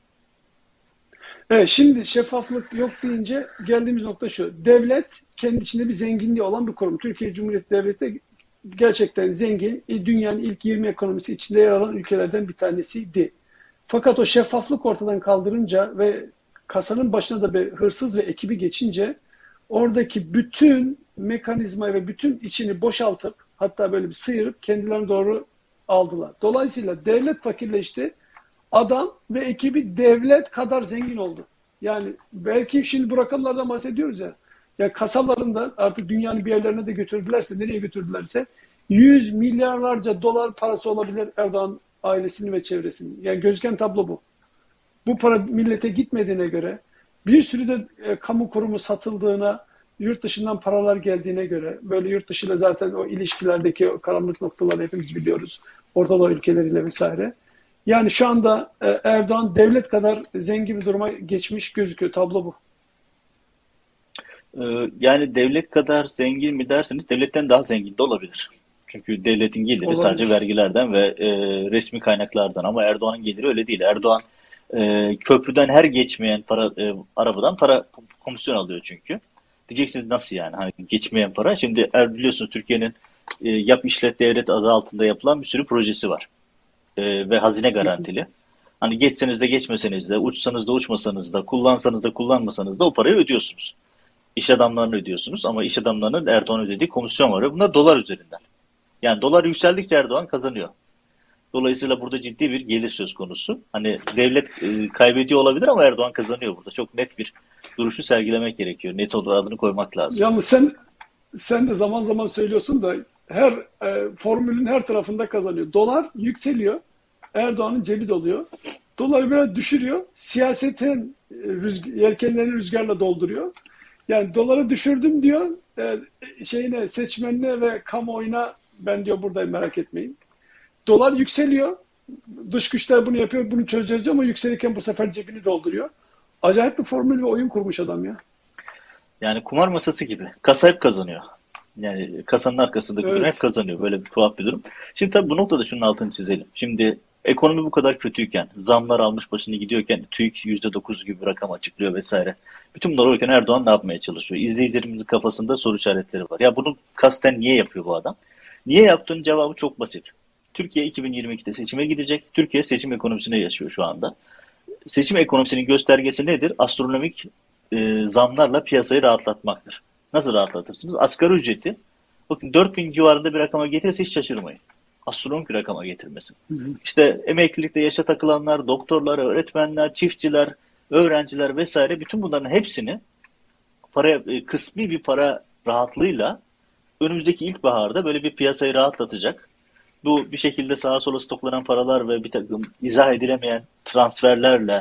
Evet, şimdi şeffaflık yok deyince geldiğimiz nokta şu. Devlet kendi içinde bir zenginliği olan bir kurum. Türkiye Cumhuriyeti Devleti gerçekten zengin, dünyanın ilk yirmi ekonomisi içinde yer alan ülkelerden bir tanesiydi. Fakat o şeffaflık ortadan kaldırınca ve kasanın başına da bir hırsız ve ekibi geçince oradaki bütün mekanizmayı ve bütün içini boşaltıp hatta böyle bir sıyırıp kendilerine doğru aldılar. Dolayısıyla devlet fakirleşti. Adam ve ekibi devlet kadar zengin oldu. Yani belki şimdi bu rakamlardan bahsediyoruz ya. Ya kasalarında artık dünyanın bir yerlerine de götürdülerse, nereye götürdülerse yüz milyarlarca dolar parası olabilir Erdoğan ailesinin ve çevresinin. Yani gözüken tablo bu. Bu para millete gitmediğine göre, bir sürü de e, kamu kurumu satıldığına, yurt dışından paralar geldiğine göre, böyle yurt dışıyla zaten o ilişkilerdeki o karanlık noktaları hepimiz biliyoruz. Orta Doğu ülkeleriyle vesaire. Yani şu anda e, Erdoğan devlet kadar zengin bir duruma geçmiş gözüküyor. Tablo bu. Ee, Yani devlet kadar zengin mi derseniz devletten daha zengin de olabilir. Çünkü devletin geliri Olabilir. sadece vergilerden ve e, resmi kaynaklardan, ama Erdoğan'ın geliri öyle değil. Erdoğan e, köprüden her geçmeyen para e, arabadan para komisyon alıyor çünkü. Diyeceksiniz nasıl yani? Hani geçmeyen para. Şimdi er, biliyorsunuz Türkiye'nin e, yap işlet devlet adı altında yapılan bir sürü projesi var. E, ve hazine garantili. Hani geçseniz de geçmeseniz de, uçsanız da uçmasanız da, kullansanız da kullanmasanız da o parayı ödüyorsunuz. İş adamlarını ödüyorsunuz ama iş adamlarının Erdoğan ödediği komisyon var ve bunlar dolar üzerinden. Yani dolar yükseldikçe Erdoğan kazanıyor. Dolayısıyla burada ciddi bir gelir söz konusu. Hani devlet e, kaybediyor olabilir ama Erdoğan kazanıyor burada. Çok net bir duruşu sergilemek gerekiyor. Net olarak adını koymak lazım. Yalnız sen sen de zaman zaman söylüyorsun da her e, formülün her tarafında kazanıyor. Dolar yükseliyor. Erdoğan'ın cebi doluyor. Doları biraz düşürüyor. Siyasetin e, rüzg- yelkenlerini rüzgarla dolduruyor. Yani doları düşürdüm diyor. E, şeyine, seçmenine ve kamuoyuna ben diyor buradayım merak etmeyin. Dolar yükseliyor. Dış güçler bunu yapıyor. Bunu çözeceğiz ama yükselirken bu sefer cebini dolduruyor. Acayip bir formül ve oyun kurmuş adam ya. Yani kumar masası gibi. Kasa hep kazanıyor. Yani kasanın arkasındaki Evet. durum hep kazanıyor. Böyle bir tuhaf bir durum. Şimdi tabii bu noktada şunun altını çizelim. Şimdi ekonomi bu kadar kötüyken, zamlar almış başını gidiyorken, TÜİK yüzde dokuz gibi bir rakam açıklıyor vesaire. Bütün bunlar olurken Erdoğan ne yapmaya çalışıyor? İzleyicilerimizin kafasında soru işaretleri var. Ya bunu kasten niye yapıyor bu adam? Niye yaptığının cevabı çok basit. Türkiye iki bin yirmi ikide seçime gidecek. Türkiye seçim ekonomisine yaşıyor şu anda. Seçim ekonomisinin göstergesi nedir? Astronomik e, zamlarla piyasayı rahatlatmaktır. Nasıl rahatlatırsınız? Asgari ücreti bakın dört bin civarında bir rakama getirirse hiç şaşırmayın. Astronomik bir rakama getirmesin. Hı hı. İşte emeklilikte yaşa takılanlar, doktorlar, öğretmenler, çiftçiler, öğrenciler vesaire, bütün bunların hepsini para, e, kısmi bir para rahatlığıyla önümüzdeki ilkbaharda böyle bir piyasayı rahatlatacak. Bu bir şekilde sağa sola stoklanan paralar ve bir takım izah edilemeyen transferlerle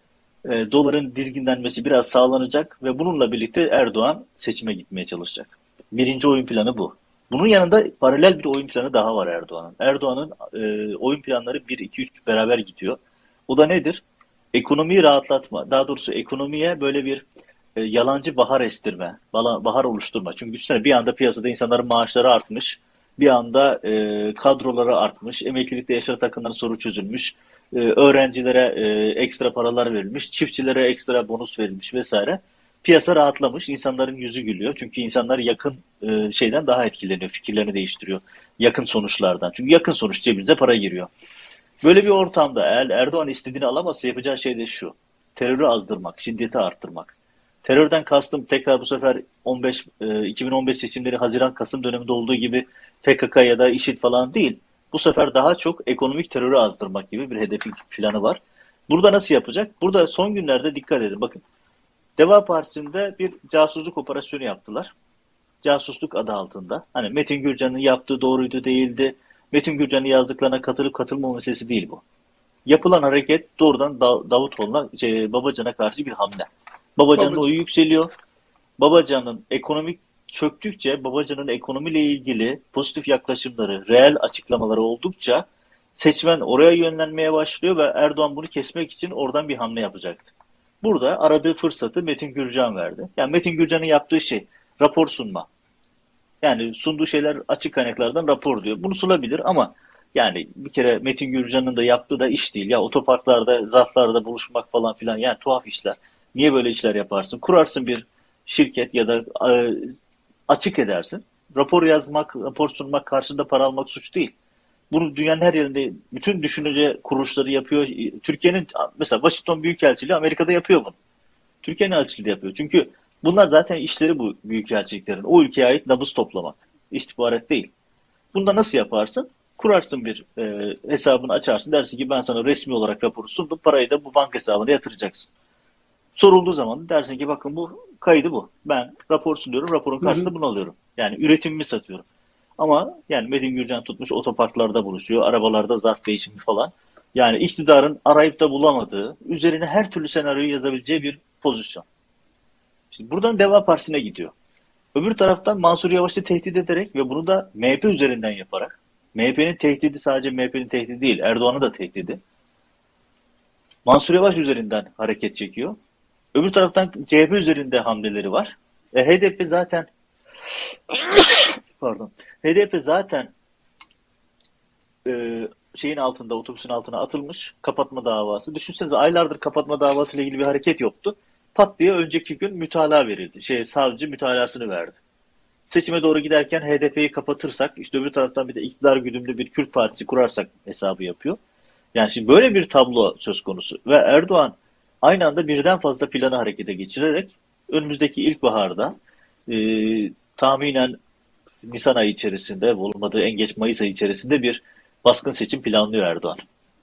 e, doların dizginlenmesi biraz sağlanacak ve bununla birlikte Erdoğan seçime gitmeye çalışacak. Birinci oyun planı bu. Bunun yanında paralel bir oyun planı daha var Erdoğan'ın. Erdoğan'ın e, oyun planları bir iki üç beraber gidiyor. O da nedir? Ekonomiyi rahatlatma. Daha doğrusu ekonomiye böyle bir e, yalancı bahar estirme, bahar oluşturma. Çünkü düşünsene bir anda piyasada insanların maaşları artmış, bir anda e, kadroları artmış, emeklilikte yaşa takılan soru çözülmüş, e, öğrencilere e, ekstra paralar verilmiş, çiftçilere ekstra bonus verilmiş vesaire. Piyasa rahatlamış, insanların yüzü gülüyor. Çünkü insanlar yakın e, şeyden daha etkileniyor, fikirlerini değiştiriyor. Yakın sonuçlardan. Çünkü yakın sonuç cebinize para giriyor. Böyle bir ortamda eğer Erdoğan istediğini alamazsa yapacağı şey de şu. Terörü azdırmak, şiddeti arttırmak. Terörden kastım tekrar bu sefer on beş, e, iki bin on beş seçimleri Haziran-Kasım döneminde olduğu gibi P K K ya da IŞİD falan değil. Bu sefer daha çok ekonomik terörü azdırmak gibi bir hedefi planı var. Burada nasıl yapacak? Burada son günlerde dikkat edin. Bakın Deva Partisi'nde bir casusluk operasyonu yaptılar. Casusluk adı altında. Hani Metin Gürcan'ın yaptığı doğruydu değildi. Metin Gürcan'ın yazdıklarına katılıp katılmama meselesi değil bu. Yapılan hareket doğrudan Davutoğlu'na, şey, Babacan'a karşı bir hamle. Babacan'ın oyu yükseliyor. Babacan'ın ekonomik çöktükçe, Babacan'ın ekonomiyle ilgili pozitif yaklaşımları, reel açıklamaları oldukça seçmen oraya yönlenmeye başlıyor ve Erdoğan bunu kesmek için oradan bir hamle yapacaktı. Burada aradığı fırsatı Metin Gürcan verdi. Yani Metin Gürcan'ın yaptığı şey rapor sunma. Yani sunduğu şeyler açık kaynaklardan rapor diyor. Bunu sunabilir ama yani bir kere Metin Gürcan'ın da yaptığı da iş değil. Ya otoparklarda, zarflarda buluşmak falan filan yani tuhaf işler. Niye böyle işler yaparsın? Kurarsın bir şirket ya da e, açık edersin. Rapor yazmak, rapor sunmak, karşında para almak suç değil. Bunu dünyanın her yerinde bütün düşünce kuruluşları yapıyor. Türkiye'nin mesela Washington Büyükelçiliği Amerika'da yapıyor bunu. Türkiye'nin elçiliği de yapıyor. Çünkü bunlar zaten işleri bu büyükelçiliklerin. O ülkeye ait nabız toplamak. İstihbarat değil. Bunda nasıl yaparsın? Kurarsın bir e, hesabını açarsın. Dersin ki ben sana resmi olarak raporu sundum. Parayı da bu banka hesabına yatıracaksın. Sorulduğu zaman dersin ki bakın bu kaydı bu. Ben rapor sunuyorum. Raporun karşısında bunu alıyorum. Yani üretimimi satıyorum. Ama yani Metin Gürcan tutmuş otoparklarda buluşuyor. Arabalarda zarf değişimi falan. Yani iktidarın arayıp da bulamadığı, üzerine her türlü senaryoyu yazabileceği bir pozisyon. Şimdi buradan Deva Partisi'ne gidiyor. Öbür taraftan Mansur Yavaş'ı tehdit ederek ve bunu da M H P üzerinden yaparak, M H P'nin tehdidi sadece M H P'nin tehdidi değil, Erdoğan'ın da tehdidi. Mansur Yavaş üzerinden hareket çekiyor. Öbür taraftan C H P üzerinde hamleleri var. E, H D P zaten pardon. H D P zaten e, şeyin altında, otobüsün altına atılmış. Kapatma davası. Düşünsenize aylardır kapatma davası ile ilgili bir hareket yoktu. Pat diye önceki gün mütalaa verildi. Şey, savcı mütalasını verdi. Seçime doğru giderken H D P'yi kapatırsak, işte öbür taraftan bir de iktidar güdümlü bir Kürt partisi kurarsak hesabı yapıyor. Yani şimdi böyle bir tablo söz konusu. Ve Erdoğan aynı anda birden fazla planı harekete geçirerek önümüzdeki ilkbaharda e, tahminen Nisan ayı içerisinde, olmadığı en geç Mayıs ayı içerisinde bir baskın seçim planlıyor Erdoğan.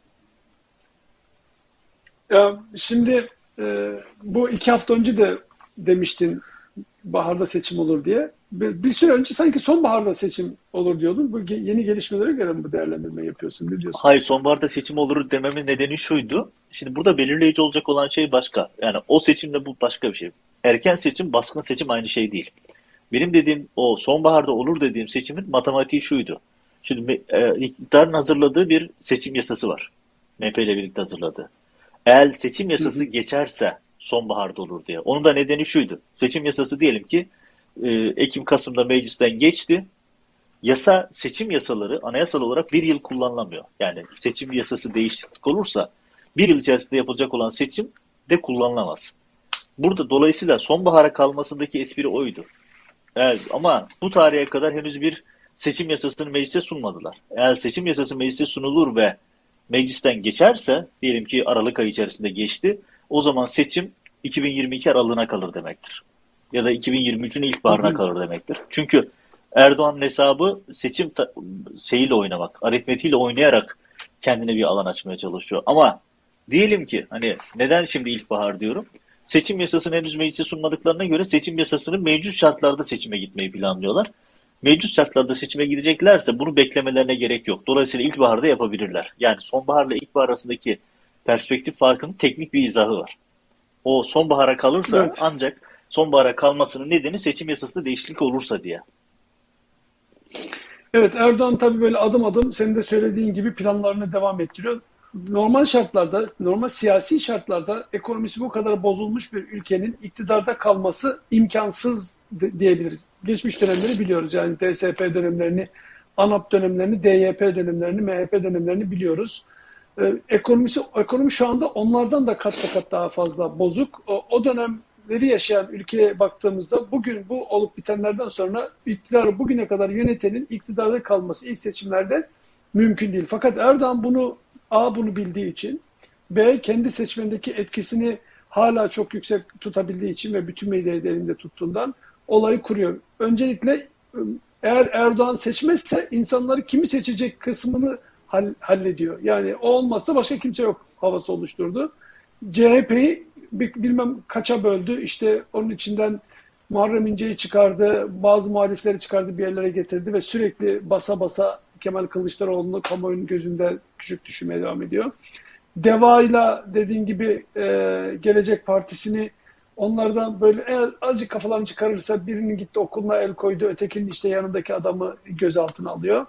Ya şimdi e, bu iki hafta önce de demiştin baharda seçim olur diye. Bir, bir süre önce sanki sonbaharda seçim olur diyordun. Bu yeni gelişmelere göre mi bu değerlendirme yapıyorsun? Ne diyorsun? Hayır, sonbaharda seçim olur dememin nedeni şuydu. Şimdi burada belirleyici olacak olan şey başka. Yani o seçimle bu başka bir şey. Erken seçim, baskın seçim aynı şey değil. Benim dediğim o sonbaharda olur dediğim seçimin matematiği şuydu. Şimdi e, iktidarın hazırladığı bir seçim yasası var. M H P ile birlikte hazırladığı. Eğer seçim yasası geçerse sonbaharda olur diye. Onun da nedeni şuydu. Seçim yasası diyelim ki e, Ekim-Kasım'da meclisten geçti. Yasa, seçim yasaları anayasal olarak bir yıl kullanılamıyor. Yani seçim yasası değişiklik olursa bir yıl içerisinde yapılacak olan seçim de kullanılamaz. Burada dolayısıyla sonbahara kalmasındaki espri oydu. Evet, ama bu tarihe kadar henüz bir seçim yasasını meclise sunmadılar. Eğer seçim yasası meclise sunulur ve meclisten geçerse, diyelim ki Aralık ayı içerisinde geçti, o zaman seçim iki bin yirmi iki aralığına kalır demektir. Ya da iki bin yirmi üçün ilkbaharına kalır demektir. Çünkü Erdoğan'ın hesabı seçim şeyiyle oynamak, aritmetiğiyle oynayarak kendine bir alan açmaya çalışıyor. Ama diyelim ki hani neden şimdi ilkbahar diyorum? Seçim yasasını henüz meclise sunmadıklarına göre seçim yasasını mevcut şartlarda seçime gitmeyi planlıyorlar. Mevcut şartlarda seçime gideceklerse bunu beklemelerine gerek yok. Dolayısıyla ilkbaharda yapabilirler. Yani sonbaharla ilkbahar arasındaki perspektif farkının teknik bir izahı var. O sonbahara kalırsa evet. Ancak sonbahara kalmasının nedeni seçim yasasında değişiklik olursa diye. Evet, Erdoğan tabii böyle adım adım senin de söylediğin gibi planlarını devam ettiriyor. Normal şartlarda, normal siyasi şartlarda ekonomisi bu kadar bozulmuş bir ülkenin iktidarda kalması imkansız diyebiliriz. Geçmiş dönemleri biliyoruz, yani D S P dönemlerini, ANAP dönemlerini, D Y P dönemlerini, M H P dönemlerini biliyoruz. Ee, ekonomisi, ekonomi şu anda onlardan da kat kat daha fazla bozuk. O, o dönemleri yaşayan ülkeye baktığımızda bugün bu olup bitenlerden sonra iktidarı bugüne kadar yönetenin iktidarda kalması ilk seçimlerde mümkün değil. Fakat Erdoğan bunu A bunu bildiği için, B kendi seçmendeki etkisini hala çok yüksek tutabildiği için ve bütün medyayı elinde tuttuğundan olayı kuruyor. Öncelikle eğer Erdoğan seçmezse insanları kimi seçecek kısmını hallediyor. Yani o olmazsa başka kimse yok havası oluşturdu. C H P'yi bilmem kaça böldü. İşte onun içinden Muharrem İnce'yi çıkardı, bazı muhalifleri çıkardı, bir yerlere getirdi ve sürekli basa basa Kemal Kılıçdaroğlu'nu kamuoyunun gözünde küçük düşürmeye devam ediyor. DEVA'yla dediğin gibi e, Gelecek Partisi'ni onlardan böyle azıcık kafalarını çıkarırsa birinin gitti okuluna el koydu, ötekinin işte yanındaki adamı gözaltına alıyor.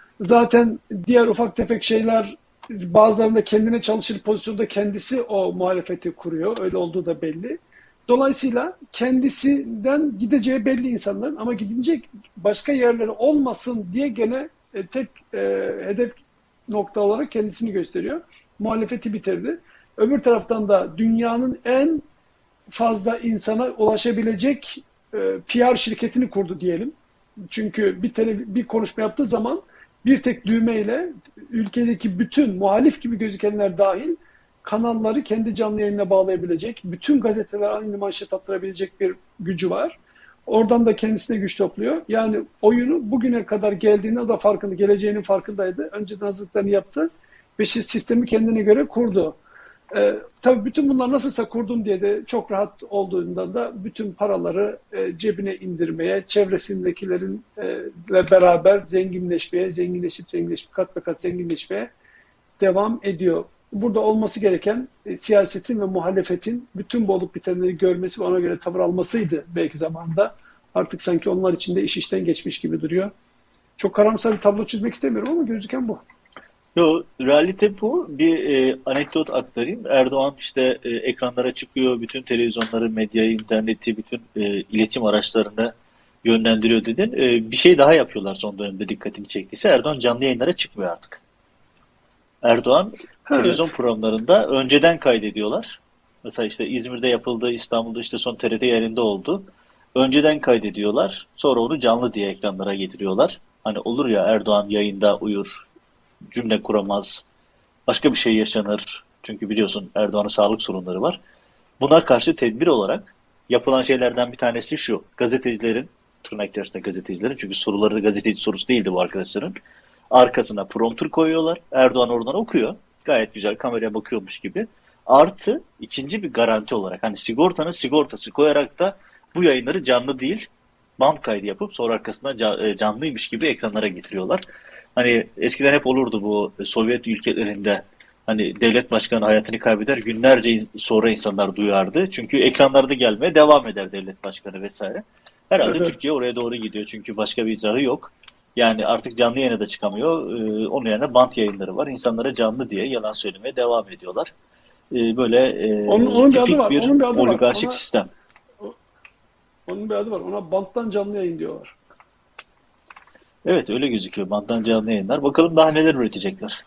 Zaten diğer ufak tefek şeyler bazılarında kendine çalışır pozisyonda kendisi o muhalefeti kuruyor. Öyle olduğu da belli. Dolayısıyla kendisinden gideceği belli insanların ama gidecek başka yerleri olmasın diye gene e, tek e, hedef nokta olarak kendisini gösteriyor. Muhalefeti bitirdi. Öbür taraftan da dünyanın en fazla insana ulaşabilecek e, P R şirketini kurdu diyelim. Çünkü bir, tele, bir konuşma yaptığı zaman bir tek düğmeyle ülkedeki bütün muhalif gibi gözükenler dahil kanalları kendi canlı yayınına bağlayabilecek, bütün gazeteler aynı manşet attırabilecek bir gücü var. Oradan da kendisine güç topluyor. Yani oyunu bugüne kadar geldiğinde o da farkında, geleceğinin farkındaydı. Önceden hazırlıklarını yaptı ve sistemi kendine göre kurdu. Ee, tabii bütün bunlar nasılsa kurdum diye de çok rahat olduğundan da bütün paraları e, cebine indirmeye, çevresindekilerin e, beraber zenginleşmeye, zenginleşip zenginleşip kat be kat zenginleşmeye devam ediyor. Burada olması gereken e, siyasetin ve muhalefetin bütün bu olup bitenleri görmesi ve ona göre tavır almasıydı belki zamanında. Artık sanki onlar için de iş işten geçmiş gibi duruyor. Çok karamsar bir tablo çizmek istemiyorum ama gözüken bu. Yo, realite bu. Bir e, anekdot aktarayım. Erdoğan işte e, ekranlara çıkıyor, bütün televizyonları, medyayı, interneti, bütün e, iletişim araçlarını yönlendiriyor dedin. E, bir şey daha yapıyorlar son dönemde dikkatimi çektiyse. Erdoğan canlı yayınlara çıkmıyor artık. Erdoğan televizyon Evet. programlarında önceden kaydediyorlar. Mesela işte İzmir'de yapıldı, İstanbul'da işte son T R T yayınında oldu. Önceden kaydediyorlar, sonra onu canlı diye ekranlara getiriyorlar. Hani olur ya Erdoğan yayında uyur, cümle kuramaz, başka bir şey yaşanır. Çünkü biliyorsun Erdoğan'ın sağlık sorunları var. Buna karşı tedbir olarak yapılan şeylerden bir tanesi şu. Gazetecilerin, tırnak içerisinde gazetecilerin, çünkü soruları da gazeteci sorusu değildi bu arkadaşların. Arkasına prompter koyuyorlar. Erdoğan oradan okuyor. Gayet güzel kameraya bakıyormuş gibi. Artı ikinci bir garanti olarak hani sigortanın sigortası koyarak da bu yayınları canlı değil band kaydı yapıp sonra arkasından canlıymış gibi ekranlara getiriyorlar. Hani eskiden hep olurdu bu Sovyet ülkelerinde hani devlet başkanı hayatını kaybeder günlerce sonra insanlar duyardı. Çünkü ekranlarda gelmeye devam eder devlet başkanı vesaire. Herhalde Evet, evet. Türkiye oraya doğru gidiyor çünkü başka bir izahı yok. Yani artık canlı yayına da çıkamıyor. Ee, onun yerine bant yayınları var. İnsanlara canlı diye yalan söylemeye devam ediyorlar. Ee, böyle Onun, e, onun bir adı tipik var. bir Onun bir adı var. oligarşik Ona sistem. onun bir adı var. Ona banttan canlı yayın diyorlar. Evet öyle gözüküyor. Banttan canlı yayınlar. Bakalım daha neler üretecekler.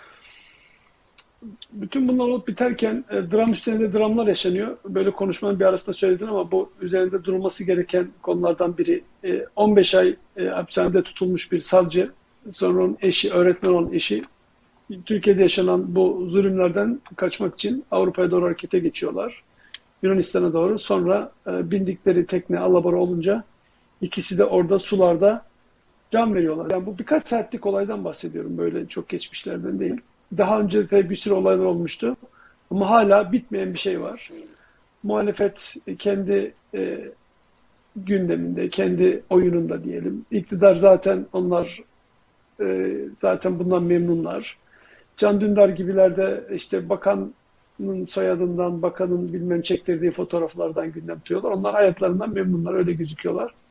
Bütün bunlar olup biterken e, dram üstüne de dramlar yaşanıyor. Böyle konuşmanın bir arasında söyledin ama bu üzerinde durulması gereken konulardan biri. E, on beş ay e, hapishanede tutulmuş bir savcı, sonra onun eşi, öğretmen olan eşi, Türkiye'de yaşanan bu zulümlerden kaçmak için Avrupa'ya doğru harekete geçiyorlar. Yunanistan'a doğru. Sonra e, bindikleri tekne alabora olunca ikisi de orada sularda can veriyorlar. Yani bu birkaç saatlik olaydan bahsediyorum. Böyle çok geçmişlerden değil. Daha önce de bir sürü olaylar olmuştu. Ama hala bitmeyen bir şey var. Muhalefet kendi e, gündeminde, kendi oyununda diyelim. İktidar zaten onlar e, zaten bundan memnunlar. Can Dündar gibiler de işte bakanın soyadından, bakanın bilmem çektirdiği fotoğraflardan gündem tutuyorlar. Onlar hayatlarından memnunlar, öyle gözüküyorlar.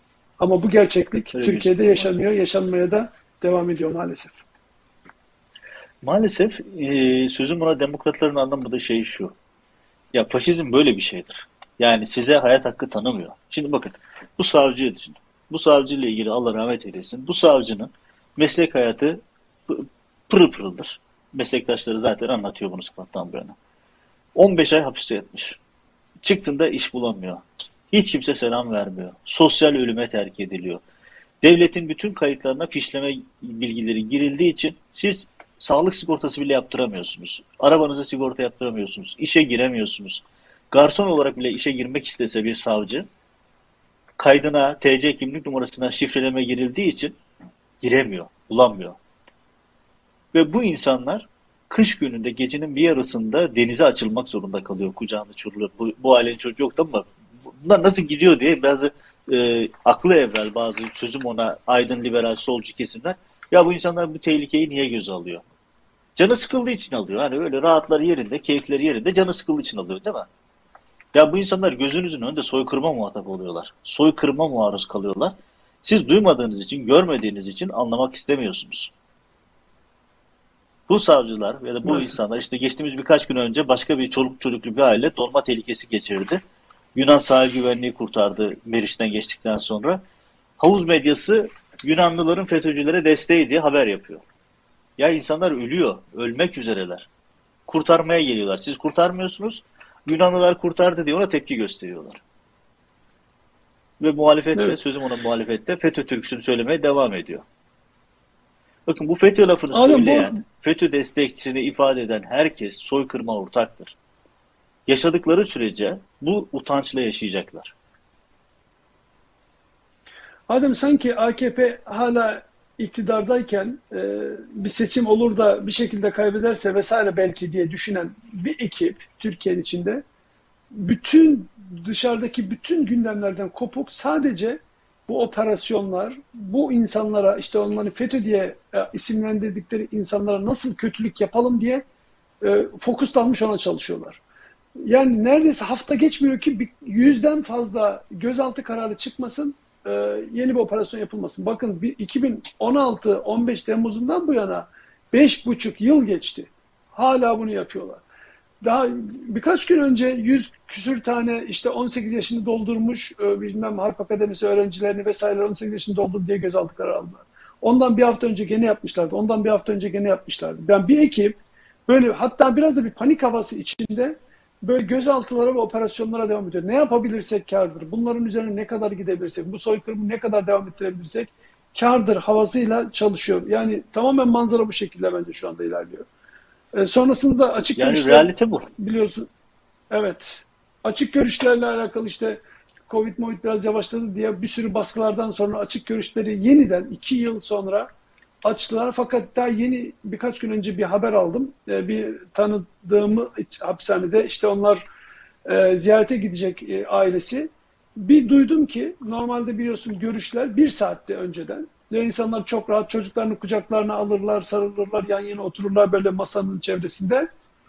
Ama bu gerçeklik Öyle Türkiye'de gözüküyor yaşanıyor, maalesef. yaşanmaya da devam ediyor maalesef. Maalesef e, sözüm buna demokratların anlamadığı şey şu. Ya faşizm böyle bir şeydir. Yani size hayat hakkı tanımıyor. Şimdi bakın bu savcı için. Bu savcıyla ilgili Allah rahmet eylesin. Bu savcının meslek hayatı pı- pırıl pırıldır. Meslektaşları zaten anlatıyor bunu sabahtan bu yana. on beş ay hapiste yatmış. Çıktığında iş bulamıyor. Hiç kimse selam vermiyor. Sosyal ölüme terk ediliyor. Devletin bütün kayıtlarına fişleme bilgileri girildiği için siz sağlık sigortası bile yaptıramıyorsunuz. Arabanıza sigorta yaptıramıyorsunuz. İşe giremiyorsunuz. Garson olarak bile işe girmek istese bir savcı kaydına, T C kimlik numarasına şifreleme girildiği için giremiyor, bulamıyor. Ve bu insanlar kış gününde gecenin bir yarısında denize açılmak zorunda kalıyor. Kucağında çocuklar. Bu, bu ailenin çocuğu yoktu ama bunlar nasıl gidiyor diye biraz da, e, aklı evvel bazı sözüm ona aydın liberal solcu kesimler. Ya bu insanlar bu tehlikeyi niye göze alıyor? Canı sıkıldığı için alıyor. Hani öyle rahatları yerinde, keyifleri yerinde canı sıkıldığı için alıyor değil mi? Ya bu insanlar gözünüzün önünde soykırıma muhatap oluyorlar. Soykırıma maruz kalıyorlar. Siz duymadığınız için, görmediğiniz için anlamak istemiyorsunuz. Bu savcılar ya da bu Maalesef. insanlar işte geçtiğimiz birkaç gün önce başka bir çoluk çocuklu bir aile dolma tehlikesi geçirdi. Yunan sahil güvenliği kurtardı Meriç'ten geçtikten sonra. Havuz medyası Yunanlıların FETÖ'cülere desteği diye haber yapıyor. Ya insanlar ölüyor, ölmek üzereler. Kurtarmaya geliyorlar. Siz kurtarmıyorsunuz. Yunanlılar kurtardı diye ona tepki gösteriyorlar. Ve muhalefette, Evet. sözüm ona muhalefette FETÖ türküsünü söylemeye devam ediyor. Bakın bu FETÖ lafını Adem bu söyleyen, FETÖ destekçisini ifade eden herkes soykırıma ortaktır. Yaşadıkları sürece bu utançla yaşayacaklar. Adem sanki A K P hala iktidardayken e, bir seçim olur da bir şekilde kaybederse vesaire belki diye düşünen bir ekip Türkiye'nin içinde bütün dışarıdaki bütün gündemlerden kopuk sadece bu operasyonlar, bu insanlara işte onları FETÖ diye e, isimlendirdikleri insanlara nasıl kötülük yapalım diye e, fokuslanmış ona çalışıyorlar. Yani neredeyse hafta geçmiyor ki bir yüzden fazla gözaltı kararı çıkmasın, e, yeni bir operasyon yapılmasın. Bakın bir iki bin on altı on beş Temmuz'undan bu yana beş buçuk yıl geçti. Hala bunu yapıyorlar. Daha birkaç gün önce yüz küsür tane işte on sekiz yaşını doldurmuş e, bilmem Harp Akademisi öğrencilerini vesaire on sekiz yaşını doldurdu diye gözaltı kararı aldılar. Ondan bir hafta önce gene yapmışlardı. Ondan bir hafta önce gene yapmışlardı. Yani bir ekip böyle hatta biraz da bir panik havası içinde böyle gözaltılara ve operasyonlara devam ediyor. Ne yapabilirsek kârdır. Bunların üzerine ne kadar gidebilirsek, bu soykırımı ne kadar devam ettirebilirsek kârdır havasıyla çalışıyor. Yani tamamen manzara bu şekilde bence şu anda ilerliyor. E, sonrasında açık Yani görüşler realite bu. biliyorsun. Evet. Açık görüşlerle alakalı işte Covid Covid biraz yavaşladı diye bir sürü baskılardan sonra açık görüşleri yeniden iki yıl sonra açtılar. Fakat daha yeni birkaç gün önce bir haber aldım. E, bir tanıdığımı hapishanede işte onlar e, ziyarete gidecek e, ailesi. Bir duydum ki normalde biliyorsun görüşler bir saatte önceden. Ve insanlar çok rahat çocuklarını kucaklarına alırlar, sarılırlar, yan yana otururlar böyle masanın çevresinde.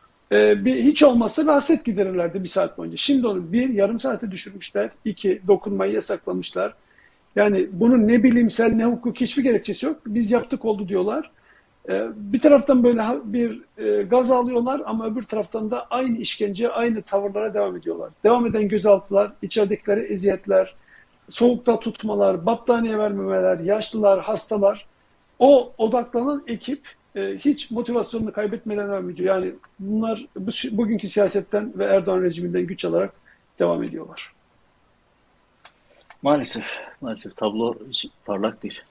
Ee, bir, hiç olmazsa bir hasret giderirlerdi bir saat boyunca. Şimdi onu bir yarım saate düşürmüşler. İki dokunmayı yasaklamışlar. Yani bunun ne bilimsel ne hukuk hiçbir gerekçesi yok. Biz yaptık oldu diyorlar. Ee, bir taraftan böyle bir e, gaz alıyorlar ama öbür taraftan da aynı işkence, aynı tavırlara devam ediyorlar. Devam eden gözaltılar, içeridekilere eziyetler, soğukta tutmalar, battaniye vermemeler, yaşlılar, hastalar. O odaklanan ekip e, hiç motivasyonunu kaybetmeden devam ediyor. Yani bunlar bu, bugünkü siyasetten ve Erdoğan rejiminden güç alarak devam ediyorlar. Maalesef, maalesef tablo hiç parlak değil.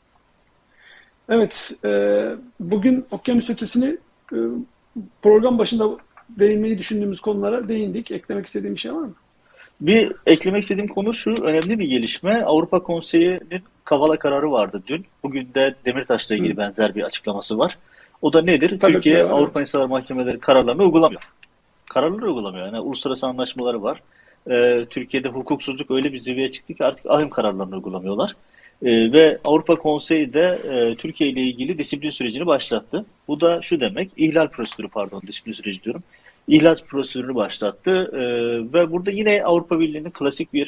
Evet, e, bugün Okyanus Ötesi'ni e, program başında değinmeyi düşündüğümüz konulara değindik. Eklemek istediğim bir şey var mı? Bir eklemek istediğim konu şu, önemli bir gelişme. Avrupa Konseyi'nin Kavala kararı vardı dün. Bugün de Demirtaş'la ilgili Hı. benzer bir açıklaması var. O da nedir? Talepleri Türkiye var, Avrupa evet. İnsan Hakları Mahkemeleri kararlarını uygulamıyor. Kararları uygulamıyor. Yani uluslararası anlaşmaları var. Ee, Türkiye'de hukuksuzluk öyle bir zirveye çıktı ki artık ahim kararlarını uygulamıyorlar. Ee, ve Avrupa Konseyi de e, Türkiye ile ilgili disiplin sürecini başlattı. Bu da şu demek, ihlal prosedürü pardon, disiplin süreci diyorum. İhlal prosedürünü başlattı. Ee, ve burada yine Avrupa Birliği'nin klasik bir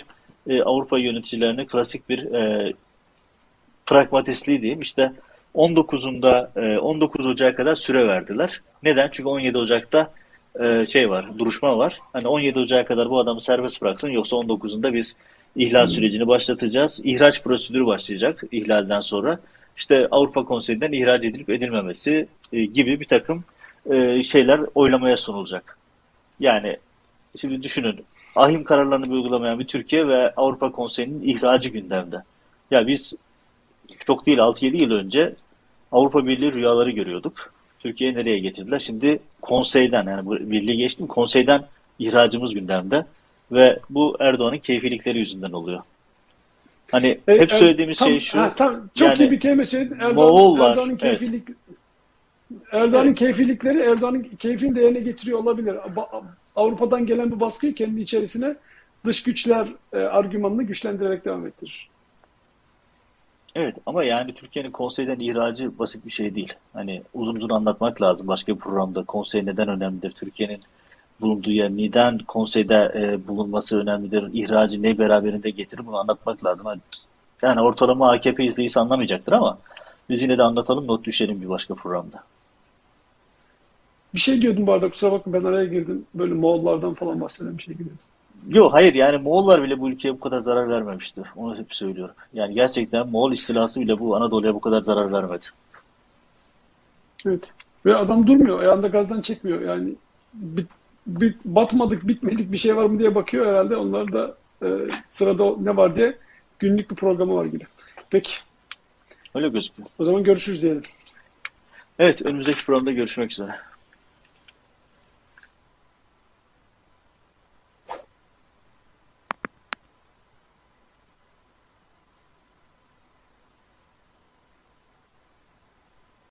e, Avrupa yöneticilerine klasik bir e, pragmatistliği diyeyim. İşte on dokuzunda e, on dokuz Ocak'a kadar süre verdiler. Neden? Çünkü on yedi Ocak'ta e, şey var, duruşma var. Hani on yedi Ocak'a kadar bu adamı serbest bıraksın, yoksa on dokuzunda biz ihlal sürecini başlatacağız. İhraç prosedürü başlayacak ihlalden sonra. İşte Avrupa Konseyi'nden ihraç edilip edilmemesi e, gibi bir takım e, şeyler oylamaya sunulacak. Yani şimdi düşünün, ahim kararlarını uygulamayan bir Türkiye ve Avrupa Konseyi'nin ihracı gündemde. Ya biz çok değil, altı yedi yıl önce Avrupa Birliği rüyaları görüyorduk. Türkiye'yi nereye getirdiler? Şimdi konseyden, yani bu birliği geçtim, konseyden ihracımız gündemde ve bu Erdoğan'ın keyfilikleri yüzünden oluyor. Hani E, hep er, söylediğimiz tam, şey şu, ha, tam çok iyi yani bir kelime söyledin. Erdoğan, Moğollar, Erdoğan'ın evet, keyfilik Erdoğan'ın evet, keyfilikleri Erdoğan'ın keyfini de yerine getiriyor olabilir. Ba- Avrupa'dan gelen bu baskıyı kendi içerisine dış güçler e, argümanını güçlendirerek devam ettirir. evet, ama yani Türkiye'nin konseyden ihracı basit bir şey değil. Hani uzun uzun anlatmak lazım başka bir programda. Konsey neden önemlidir? Türkiye'nin bulunduğu yer neden konseyde e, bulunması önemlidir? İhracı ne beraberinde getirir? Bunu anlatmak lazım. Hani, yani ortalama A K P izleyicisi anlamayacaktır ama biz yine de anlatalım, not düşelim bir başka programda. Bir şey diyordum bu arada, kusura bakma ben araya girdim. Böyle Moğollardan falan bahseden bir şey gidiyordum. Yok, hayır, yani Moğollar bile bu ülkeye bu kadar zarar vermemiştir. Onu hep söylüyorum. Yani gerçekten Moğol istilası bile bu Anadolu'ya bu kadar zarar vermedi. Evet. Ve adam durmuyor. Ayağında gazdan çekmiyor. Yani bit, bit, batmadık, bitmedik bir şey var mı diye bakıyor herhalde. Onlar da e, sırada ne var diye günlük bir programı var gibi. Peki. Öyle gözüküyor. O zaman görüşürüz diyelim. Evet, önümüzdeki programda görüşmek üzere.